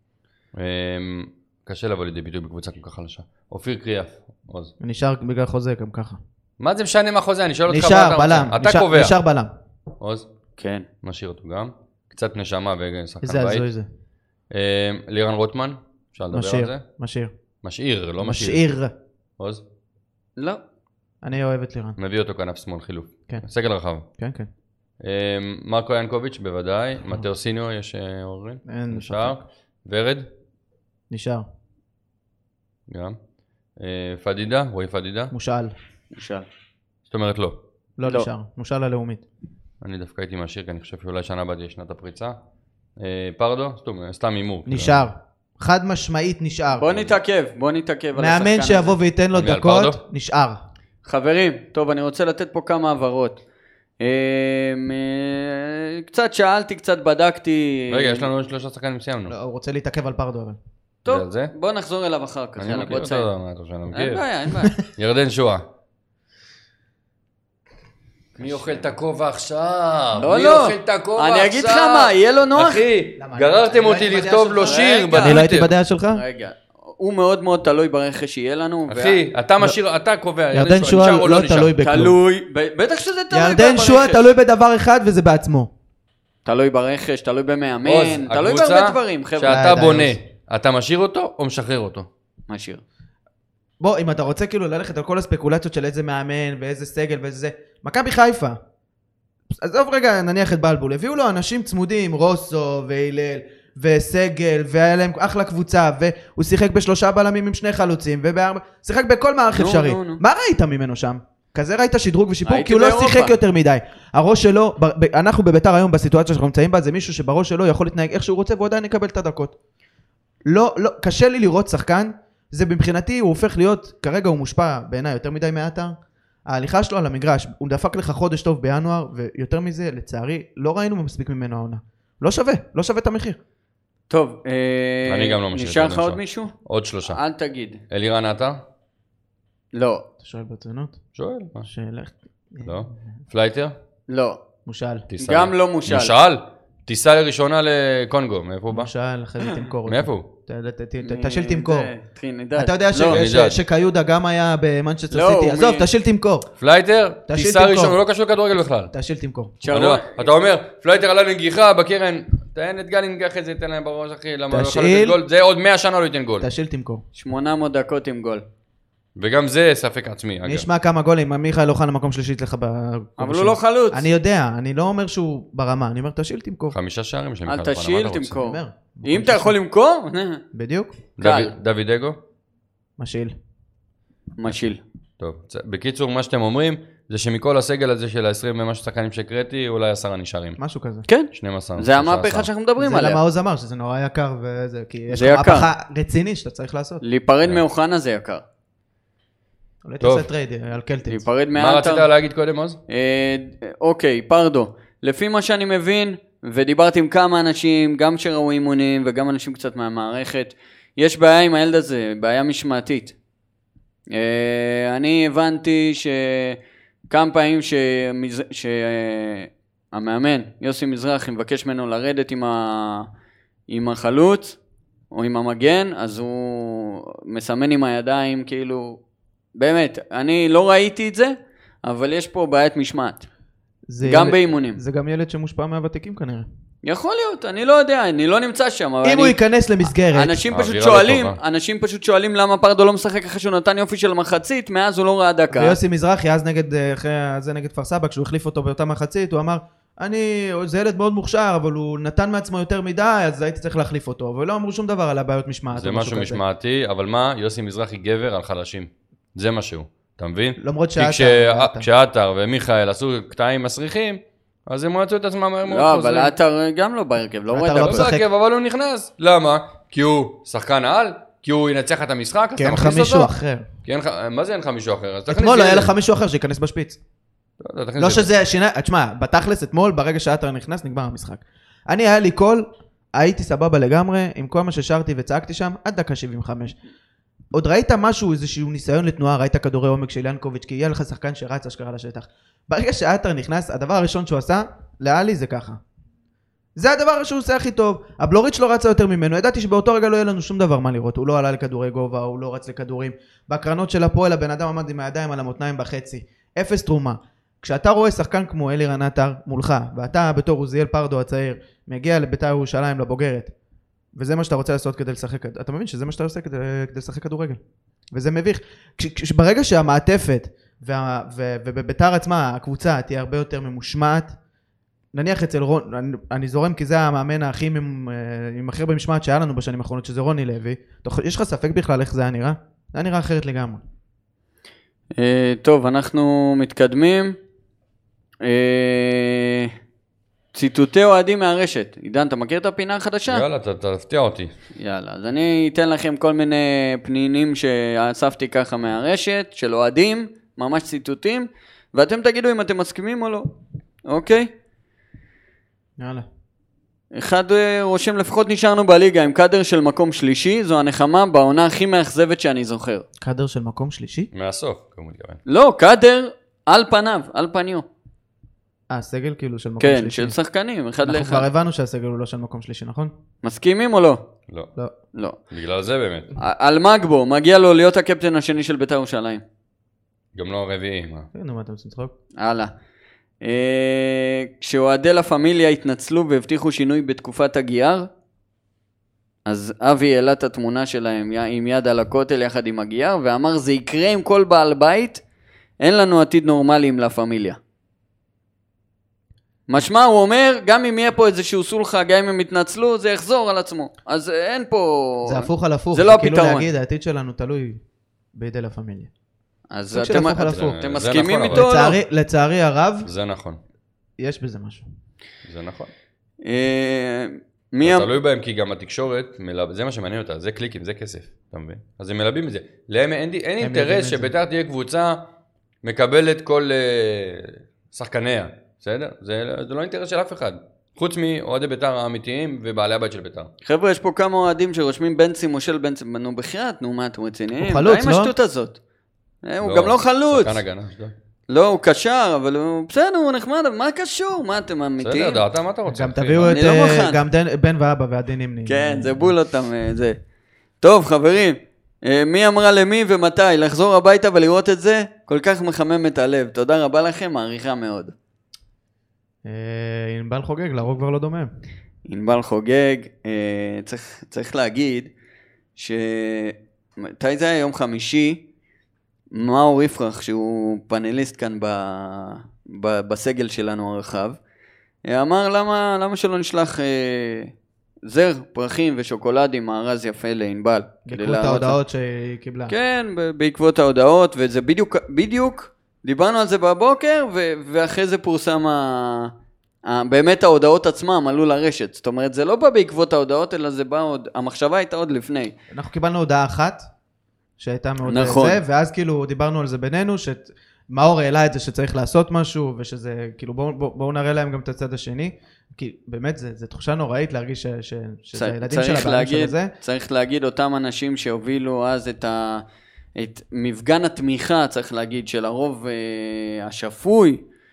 קשה לבוא לידי ביטוי בקבוצה כל כך חלשה. אופיר קריאף, עוז. נשאר בגלל חוזה גם ככה. מה זה משנה מה חוזה? אני שואל אותך מה אתה רוצה. אתה קובע. נשאר בלם. עוז? כן. משאיר אותו גם. קצת נשמה ושחקן בית. איזה הזוי זה. לירן רוטמן, אפשר לדבר על זה? משאיר. משאיר, לא משאיר. משאיר. עוז? לא. אני אוהב את לירן. מביא אותו כנף שמאל חילוף. כן. סגל רחב. כן, כן. מרקו ינקוביץ' בוודאי. מתאו סיניו, יש עוררין? אין. נשאר. ורד? נשאר. גם. פדידה, רועי פדידה. מושאל. מושאל. זאת אומרת לא. לא נשאר. מושאל הלאומית. אני דווקא הייתי משאיר, כי אני חושב שאולי שנה הבאה תהיה שנת הפריצה. פרדו, סתם הימור. נשאר. חד משמעית נשאר. בוא נתעכב, בוא נתעכב על השחקן הזה. מאמן שיבוא וייתן לו דקות, נשאר. חברים, טוב, אני רוצה לתת פה כמה עברות. קצת שאלתי, קצת בדקתי. רגע, יש לנו שלושה שחקנים סיימנו. הוא רוצה להתעכב על פרדו, אבל. טוב, בוא נחזור אליו אחר כך. אני מכיר אותו, מה אתה חושב, אני מכיר. אין בעיה, אין בעיה. ירדן שואה. מי אוכל את הכובע עכשיו? לא, מי לא. אוכל את הכובע עכשיו? אני אגיד לך מה, יהיה לו נוח. אחי, גררתם אותי לכתוב לו שיר בטוויטר. אני לא הייתי בדעה שלך? רגע, הוא מאוד מאוד תלוי ברכש שיהיה לנו. אחי, אתה משאיר, אתה קובע. ירדן שואה לא תלוי בכלום. תלוי, בטח שזה תלוי ברכש. ירדן שואה תלוי בדבר אחד וזה בעצמו. תלוי ברכש, תלוי במאמן, תלוי בהרבה דברים, חבר'ה. שאתה בונה, אתה משאיר אותו או משחרר אותו? משאיר. בוא, אם אתה רוצה כאילו ללכת על כל הספקולציות של איזה מאמן ואיזה סגל ואיזה זה, מכבי חיפה. אז עזוב רגע, נניח את בלבול, הביאו לו אנשים צמודים, רוסו והילל וסגל, והיה להם אחלה קבוצה, והוא שיחק בשלושה בלמים עם שני חלוצים, ובארבע, שיחק בכל מערך אפשרי. מה ראית ממנו שם? כזה ראית שדרוג ושיפור, כי הוא לא שיחק יותר מדי. הראש שלו, אנחנו בביתר היום בסיטואציה שאנחנו נמצאים בה, זה מישהו שבראש שלו יכול להתנהג איך שהוא רוצה, והוא עדיין יקבל את הדקות. לא, לא, קשה לי לראות שחקן, זה מבחינתי הוא הופך להיות, כרגע הוא מושפע בעיניי יותר מדי מהאתר, ההליכה שלו על המגרש, הוא דפק לך חודש טוב בינואר, ויותר מזה, לצערי, לא ראינו מספיק ממנו העונה. לא שווה, לא שווה את המחיר. טוב, אני גם לא משאיר. נשאר לך עוד מישהו? עוד שלושה. אל תגיד. אלירן עטר? לא. אתה שואל ברצינות? שואל. שאלה. לא. פלייטר? לא. מושל. גם לא מושל. מושל? טיסה לראשונה לקונגו, מאיפה הוא בא? מושל, אחרי זה תמכור אותו. מאיפה הוא? תשיל תמכור. טרינידד. אתה יודע שקיודה גם היה במנצ'סטר סיטי. עזוב, תשיל תמכור. פלייטר? טיסה ראשונה, הוא לא קשור לכדורגל בכלל. תשיל תמכור. אתה אומר, פלייטר עלה נגיחה בקרן, תן את גל ננגח את זה, תן להם בראש אחי, למה לא יכול לתת גול? זה עוד מאה שנה לא ייתן גול. תשיל תמכור. שמונה מאות דקות עם גול. וגם זה ספק עצמי, אגב. נשמע כמה גולים, מיכאל אוכל למקום שלישי אצלך ב... אבל הוא לא חלוץ. אני יודע, אני לא אומר שהוא ברמה, אני אומר תשיל תמכור. חמישה שערים יש אל תשיל תמכור. אומר. אם אתה יכול למכור, בדיוק. דוד אגו? משיל. משיל. טוב, בקיצור, מה שאתם אומרים, זה שמכל הסגל הזה של ה-עשרים ומשהו שחקנים שהקראתי, אולי עשרה נשארים. משהו כזה. כן. שנים עשר. זה המהפכה שאנחנו מדברים עליה. זה למה עוז אמר, שזה נורא יקר וזה, כי יש לך מהפכה רצינית שאתה צריך לעשות. להיפרד מאוחנה זה יקר. אולי תעשה טרייד על קלטינס. להיפרד מה רצית להגיד קודם, עוז? אוקיי, פרדו. לפי מה שאני מבין, ודיברתי עם כמה אנשים, גם שראו אימונים וגם אנשים קצת מהמערכת, יש בעיה עם הילד הזה, בעיה משמעתית. אני הבנתי שכמה פעמים שהמאמן, יוסי מזרחי, מבקש ממנו לרדת עם החלוץ או עם המגן, אז הוא מסמן עם הידיים, כאילו, באמת, אני לא ראיתי את זה, אבל יש פה בעיית משמעת. גם ילד, באימונים. זה גם ילד שמושפע מהוותיקים כנראה. יכול להיות, אני לא יודע, אני לא נמצא שם. אם אני... הוא ייכנס למסגרת. אנשים פשוט שואלים, אנשים פשוט שואלים למה פרדו לא משחק אחרי שהוא נתן יופי של מחצית, מאז הוא לא ראה דקה. ויוסי מזרחי, אז נגד, זה נגד כפר סבא, כשהוא החליף אותו באותה מחצית, הוא אמר, אני, זה ילד מאוד מוכשר, אבל הוא נתן מעצמו יותר מדי, אז הייתי צריך להחליף אותו. ולא אמרו שום דבר על הבעיות משמעת. זה משהו משמעתי, אבל מה? יוסי מזרחי גבר על חלשים. זה משהו, אתה מבין? למרות כשעטר ומיכאל עשו קטעים מסריחים, אז הם מצאו את עצמם מהר מאוד לא, אבל עטר גם לא בהרכב, לא רואה לא בהרכב, אבל הוא נכנס. למה? כי הוא שחקן על? כי הוא ינצח את המשחק? כי אין לך מישהו אחר. מה זה אין לך מישהו אחר? אתמול היה לך מישהו אחר שיכנס בשפיץ. לא שזה שינה, תשמע, בתכלס אתמול, ברגע שעטר נכנס, נגמר המשחק. אני היה לי קול, הייתי סבבה לגמרי, עם כל מה ששרתי וצעקתי שם, עד דקה שבעים וחמש. עוד ראית משהו, איזשהו ניסיון לתנועה, ראית כדורי עומק של ינקוביץ', כי יהיה לך שחקן שרץ אשכרה לשטח. ברגע שעטר נכנס, הדבר הראשון שהוא עשה, לאלי זה ככה. זה הדבר שהוא עושה הכי טוב. הבלוריץ' לא רצה יותר ממנו, ידעתי שבאותו רגע לא יהיה לנו שום דבר מה לראות, הוא לא עלה לכדורי גובה, הוא לא רץ לכדורים. בהקרנות של הפועל, הבן אדם עמד עם הידיים על המותניים בחצי. אפס תרומה. כשאתה רואה שחקן כמו אלירן עטר מולך, ואתה בתור עוזיאל פרדו הצעיר, מגיע לבית"ר ירושלים לבוגרת, וזה מה שאתה רוצה לעשות כדי לשחק, אתה מבין שזה מה שאתה עושה כדי, כדי לשחק כדורגל. וזה מביך. כש, כש, ברגע שהמעטפת וה, ו, ובבית"ר עצמה, הקבוצה תהיה הרבה יותר ממושמעת, נניח אצל רון, אני, אני זורם כי זה המאמן הכי עם הכי הרבה משמעת שהיה לנו בשנים האחרונות, שזה רוני לוי. יש לך ספק בכלל איך זה היה נראה? זה היה נראה אחרת לגמרי. טוב, אנחנו מתקדמים. ציטוטי אוהדים מהרשת. עידן, אתה מכיר את הפינה החדשה? יאללה, אתה תפתיע אותי. יאללה, אז אני אתן לכם כל מיני פנינים שאספתי ככה מהרשת, של אוהדים, ממש ציטוטים, ואתם תגידו אם אתם מסכימים או לא. אוקיי? יאללה. אחד רושם, לפחות נשארנו בליגה עם קאדר של מקום שלישי, זו הנחמה בעונה הכי מאכזבת שאני זוכר. קאדר של מקום שלישי? מהסוף, כמו מתכוון. לא, קאדר על פניו, על פניו. אה, סגל כאילו של מקום כן, שלישי. כן, של שחקנים, אחד אנחנו לאחד. אנחנו כבר הבנו שהסגל הוא לא של מקום שלישי, נכון? מסכימים או לא? לא. לא. לא. בגלל זה באמת. על מגבו, מגיע לו להיות הקפטן השני של בית"ר ירושלים. גם לא הרביעי, מה? כן, נו, מה אתה עושים צחוק? הלאה. כשאוהדי לה פמיליה התנצלו והבטיחו שינוי בתקופת הגייר, אז אבי העלה את התמונה שלהם עם יד על הכותל יחד עם הגייר, ואמר זה יקרה עם כל בעל בית, אין לנו עתיד נורמלי עם לה פמיליה. משמע הוא אומר, גם אם יהיה פה איזשהו סולחה, גם אם הם יתנצלו, זה יחזור על עצמו. אז אין פה... זה הפוך על הפוך. זה לא הפתרון. כאילו להגיד, העתיד שלנו תלוי בידי לה פמיליה. אז אתם מסכימים איתו או לא? לצערי הרב... זה נכון. יש בזה משהו. זה נכון. מי... תלוי בהם, כי גם התקשורת, זה מה שמעניין אותה, זה קליקים, זה כסף, אתה מבין? אז הם מלבים את זה. להם אין אינטרס שבית"ר תהיה קבוצה מקבל את כל uh, שחקניה, בסדר? זה, זה לא אינטרס של אף אחד. חוץ מאוהדי בית"ר האמיתיים ובעלי הבית של בית"ר. חבר'ה, יש פה כמה אוהדים שרושמים בנצי מושל בנצי, נו בחייאת, נו מה אתם רציניים? הוא חלוץ, לא? עם השטות הזאת. הוא גם לא חלוץ. שחקן הגנה, שלא. לא, הוא קשר, אבל הוא בסדר, הוא נחמד, מה קשור? מה אתם אמיתיים? בסדר, דעתה, מה אתה רוצה? גם תביאו את אני לא מוכן. גם בן ואבא ועדין נמני. כן, זה בול אותם, זה. טוב, חברים, מי אמרה למי ומתי? לחזור הביתה ולראות את זה? כל כך מחמם את הלב. תודה רבה לכם, מעריכה מאוד. ענבל חוגג, לרוב כבר לא דומם. ענבל חוגג, צריך, צריך להגיד ש... מתי זה היה? יום חמישי, מאור יפרח, שהוא פאנליסט כאן ב... ב... בסגל שלנו הרחב, אמר למה, למה שלא נשלח אה, זר, פרחים ושוקולדים, מארז יפה לענבל. בעקבות ההודעות שהיא קיבלה. כן, בעקבות ההודעות, וזה בדיוק, בדיוק, דיברנו על זה בבוקר, ו... ואחרי זה פורסם ה... באמת ההודעות עצמם עלו לרשת, זאת אומרת זה לא בא בעקבות ההודעות אלא זה בא עוד, המחשבה הייתה עוד לפני. אנחנו קיבלנו הודעה אחת שהייתה מאוד נכון. זה, ואז כאילו דיברנו על זה בינינו, שמאור העלה את זה שצריך לעשות משהו, ושזה כאילו בואו בוא, בוא נראה להם גם את הצד השני, כי באמת זה, זה תחושה נוראית להרגיש ש, ש, שזה הילדים של הבעלים של זה. צריך להגיד אותם אנשים שהובילו אז את, ה, את מפגן התמיכה, צריך להגיד של הרוב אה, השפוי,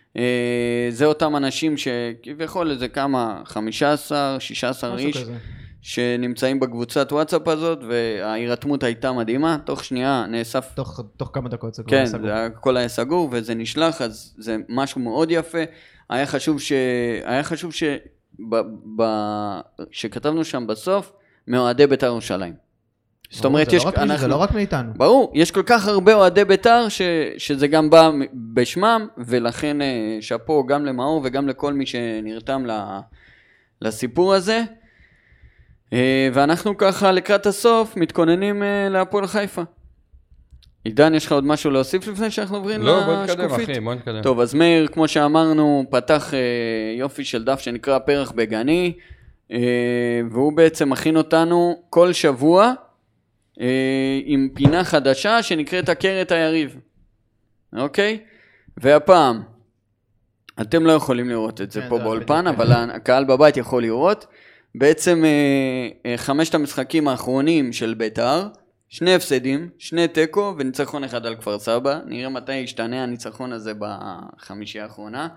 זה אותם אנשים שכביכול זה כמה, חמישה עשר, שישה עשר איש כזה. שנמצאים בקבוצת וואטסאפ הזאת, וההירתמות הייתה מדהימה, תוך שנייה נאסף... תוך, תוך כמה דקות זה כבר כן, סגור. כן, הכל היה סגור וזה נשלח, אז זה משהו מאוד יפה. היה חשוב ש... היה חשוב ש... ב... ב... שכתבנו שם בסוף, מאוהדי בית"ר ירושלים. זאת אומרת, זה, יש, לא רק, אנחנו, זה לא רק מאיתנו. ברור, יש כל כך הרבה אוהדי בית"ר ש, שזה גם בא בשמם, ולכן שפו גם למאור וגם לכל מי שנרתם לסיפור הזה. ואנחנו ככה לקראת הסוף מתכוננים להפועל חיפה. עידן, יש לך עוד משהו להוסיף לפני שאנחנו עוברים לא, לשקופית? בוא נתקדם אחי, בוא נתקדם. טוב, אז מאיר, כמו שאמרנו, פתח יופי של דף שנקרא פרח בגני, והוא בעצם מכין אותנו כל שבוע, עם פינה חדשה שנקראת עקרת היריב. אוקיי? והפעם, אתם לא יכולים לראות את זה פה באולפן, אבל הקהל בבית יכול לראות. בעצם חמשת המשחקים האחרונים של בית"ר, שני הפסדים, שני טקו וניצחון אחד על כפר סבא. נראה מתי ישתנה הניצחון הזה בחמישי האחרונה.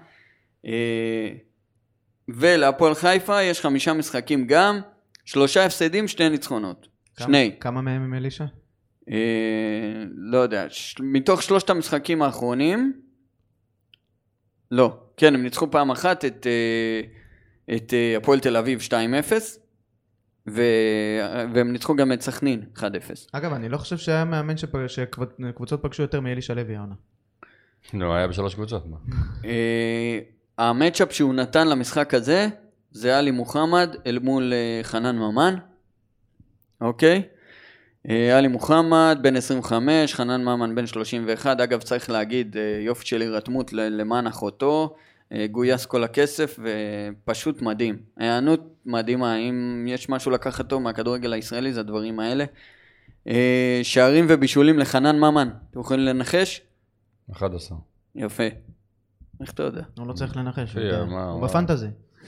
ולהפועל חיפה יש חמישה משחקים גם, שלושה הפסדים, שני ניצחונות. שני. כמה מהם עם אלישע? אה, לא יודע, ש... מתוך שלושת המשחקים האחרונים, לא, כן, הם ניצחו פעם אחת את, את הפועל תל אביב שתיים אפס, ו... והם ניצחו גם את סכנין אחד אפס. אגב, אני לא חושב שהיה מאמן שפ... שקבוצות פגשו יותר מאלישע לוי העונה. לא, היה בשלוש קבוצות. אה, המאצ'אפ שהוא נתן למשחק הזה, זה עלי מוחמד אל מול חנן ממן, אוקיי? עלי מוחמד בן עשרים וחמש, חנן ממן בן שלושים ואחת, אגב צריך להגיד יופי של הירתמות למען אחותו, גויס כל הכסף ופשוט מדהים, הענות מדהימה, אם יש משהו לקחת טוב מהכדורגל הישראלי זה הדברים האלה. שערים ובישולים לחנן ממן, אתם יכולים לנחש? אחד עשר. יפה, איך אתה יודע? הוא לא צריך לנחש, מה, הוא בפנטזי.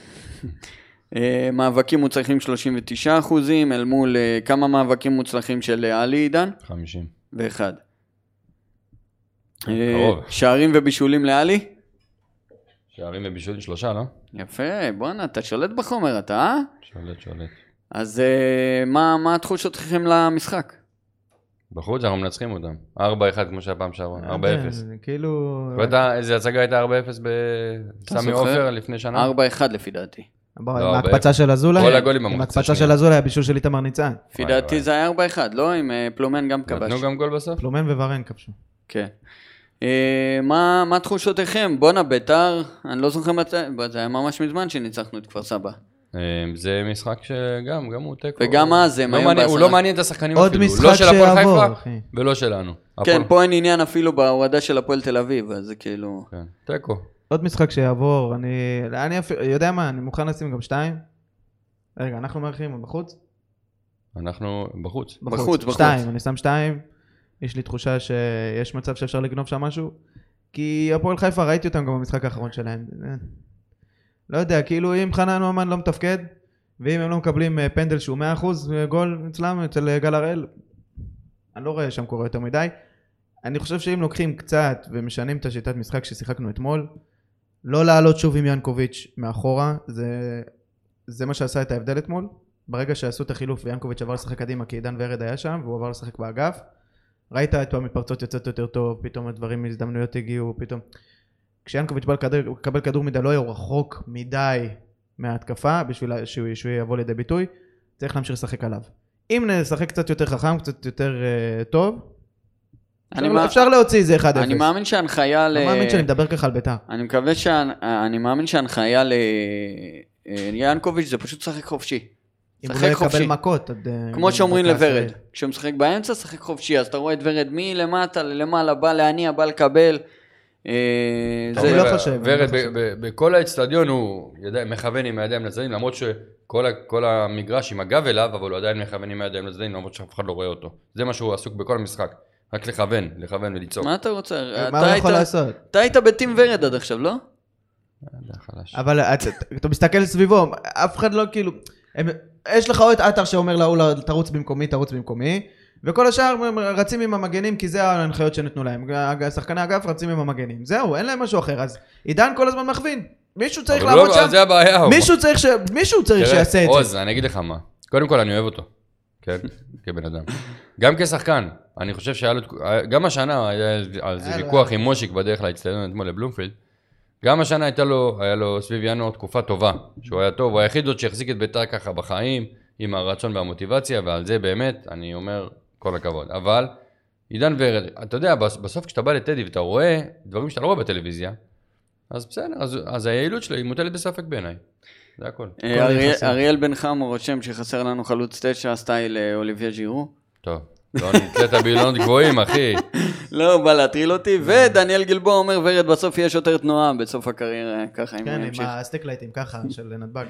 מאבקים מוצלחים שלושים ותשעה אחוזים, אל מול כמה מאבקים מוצלחים של עלי עידן? חמישים. ואחד. קרוב. שערים ובישולים לעלי? שערים ובישולים שלושה, לא? יפה, בוא'נה, אתה שולט בחומר, אתה, אה? שולט, שולט. אז מה, מה התחושותכם למשחק? בחוץ אנחנו מנצחים אותם. ארבע אחד כמו שהפעם שעברה, ארבע אפס. כאילו... איזה הצגה הייתה ארבע אפס בסמי עופר לפני שנה? ארבע אחד לפי דעתי. עם ההקפצה של אזולאי, כל הגולים עם ההקפצה של אזולאי, הבישול של איתמר ניצן. לפי דעתי זה היה ארבע אחד, לא? עם פלומן גם כבש. נתנו גם גול בסוף? פלומן וורן כבשו. כן. מה מה תחושותיכם? בונה בית"ר, אני לא זוכר מתי, זה היה ממש מזמן שניצחנו את כפר סבא. זה משחק שגם, גם הוא תיקו. וגם אז הם היום בעשרה. הוא לא מעניין את השחקנים עוד אפילו, משחק לא של הפועל שיעבור, חיפה אחי. ולא שלנו. כן, פה אין עניין אפילו בהורדה של הפועל תל אביב, אז זה כאילו... כן, תיקו. עוד משחק שיעבור, אני, אני אפילו, יודע מה, אני מוכן לשים גם שתיים. רגע, אנחנו מארחים בחוץ? אנחנו בחוץ. בחוץ, בחוץ. שתיים, אני שם שתיים. יש לי תחושה שיש מצב שאפשר לגנוב שם משהו. כי הפועל חיפה ראיתי אותם גם במשחק האחרון שלהם. לא יודע, כאילו אם חנן ממן לא מתפקד, ואם הם לא מקבלים פנדל שהוא מאה אחוז גול אצלם, אצל גל הראל, אני לא רואה שם קורה יותר מדי. אני חושב שאם לוקחים קצת ומשנים את השיטת משחק ששיחקנו אתמול, לא לעלות שוב עם ינקוביץ' מאחורה, זה, זה מה שעשה את ההבדל אתמול. ברגע שעשו את החילוף וינקוביץ' עבר לשחק קדימה, כי עידן ורד היה שם, והוא עבר לשחק באגף. ראית את המתפרצות יוצאת יותר טוב, פתאום הדברים מהזדמנויות הגיעו, פתאום... כשינקוביץ' בא לקבל כדור מדי, לא יהיה רחוק מדי מההתקפה, בשביל שהוא, שהוא יבוא לידי ביטוי, צריך להמשיך לשחק עליו. אם נשחק קצת יותר חכם, קצת יותר uh, טוב, אפשר, מה... אפשר להוציא איזה אחד אפס. אני מאמין שההנחיה ל... אני מאמין שאני מדבר ככה על בית"ר. אני מקווה שה... אני מאמין שההנחיה ליאנקוביץ' זה פשוט שחק חופשי. אם הוא לא יקבל מכות. עד... כמו שאומרים לוורד, כשהוא משחק באמצע, שחק חופשי, אז אתה רואה את ורד מלמטה למעלה, בא להניע, בא לקבל. זה לא חושב. ורד בכל האצטדיון הוא מכוון עם הידיים לצדדים, למרות שכל המגרש עם הגב אליו, אבל הוא עדיין מכוון עם הידיים לצדדים, למרות שאף אחד לא רואה אותו. זה מה שהוא עסוק בכל המשחק. רק לכוון, לכוון וליצור. מה אתה רוצה? מה הוא יכול לעשות? אתה היית בטים ורד עד עכשיו, לא? אבל אתה מסתכל סביבו, אף אחד לא כאילו... יש לך עוד אתר שאומר לה, תרוץ במקומי, תרוץ במקומי, וכל השאר רצים עם המגנים, כי זה ההנחיות שנתנו להם. שחקני אגף רצים עם המגנים. זהו, אין להם משהו אחר. אז עידן כל הזמן מכווין. מישהו צריך לעבוד לא, שם. זה הבעיה. מישהו צריך, ש... מישהו צריך תראה, שיעשה את עוז, זה. אני אגיד לך מה. קודם כל, אני אוהב אותו. כן? כבן אדם. גם כשחקן. אני חושב שהיה לו... גם השנה היה על זה ויכוח עם מושיק בדרך לאצטדיון אתמול לבלומפילד. גם השנה הייתה לו, היה לו סביב ינואר תקופה טובה, שהוא היה טוב, הוא היחיד עוד שהחזיק את בית"ר ככה בחיים, עם הרצון והמוטיבציה, ועל זה באמת, אני אומר, כל הכבוד. אבל, עידן ורד, אתה יודע, בסוף כשאתה בא לטדי ואתה רואה דברים שאתה לא רואה בטלוויזיה, אז בסדר, אז, אז היעילות שלו היא מוטלת בספק בעיניי. זה הכל. אריאל בן חמו רושם שחסר לנו חלוץ תשע, סטייל אוליביה ז'ירו. טוב. לא נתלת בילונות גבוהים, אחי. לא, בא להטריל אותי, ודניאל גלבוע אומר, ורד בסוף יש יותר תנועה בסוף הקריירה, ככה אם הוא כן, ימשיך. עם הסטיקלייטים, ככה, של נתב"ג.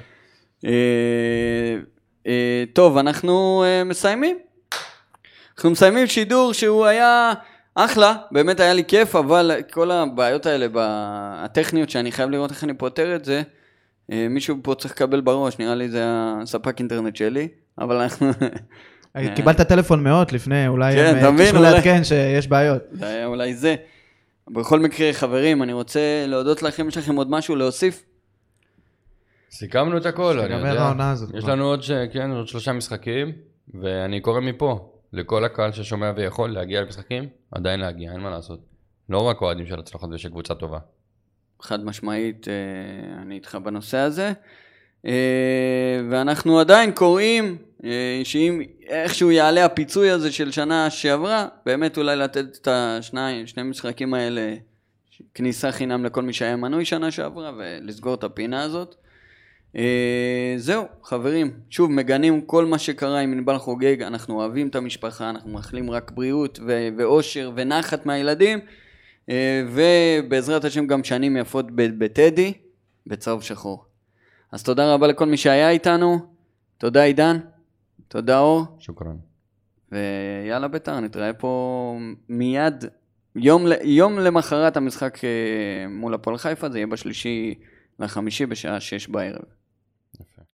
טוב, אנחנו מסיימים. אנחנו מסיימים שידור שהוא היה אחלה, באמת היה לי כיף, אבל כל הבעיות האלה, הטכניות שאני חייב לראות איך אני פותר את זה, מישהו פה צריך לקבל בראש, נראה לי זה הספק אינטרנט שלי, אבל אנחנו... קיבלת טלפון מאות לפני, אולי הם תשכו להתקן שיש בעיות. זה היה אולי זה. בכל מקרה, חברים, אני רוצה להודות לכם, יש לכם עוד משהו להוסיף? סיכמנו את הכל, אני יודע. יש לנו עוד, כן, עוד שלושה משחקים, ואני קורא מפה, לכל הקהל ששומע ויכול להגיע למשחקים, עדיין להגיע, אין מה לעשות. לא רק אוהדים של הצלחות ויש קבוצה טובה. חד משמעית, אני איתך בנושא הזה. ואנחנו עדיין קוראים שאם איכשהו יעלה הפיצוי הזה של שנה שעברה, באמת אולי לתת את השניים, שני משחקים האלה, כניסה חינם לכל מי שהיה מנוי שנה שעברה, ולסגור את הפינה הזאת. זהו, חברים, שוב מגנים כל מה שקרה עם מנבל חוגג, אנחנו אוהבים את המשפחה, אנחנו מאחלים רק בריאות ו- ואושר ונחת מהילדים, ובעזרת השם גם שנים יפות בטדי, בצהוב שחור. אז תודה רבה לכל מי שהיה איתנו, תודה עידן, תודה אור. שוקרן. ויאללה בית"ר, נתראה פה מיד, יום, יום למחרת המשחק מול הפועל חיפה, זה יהיה בשלישי לחמישי בשעה שש בערב.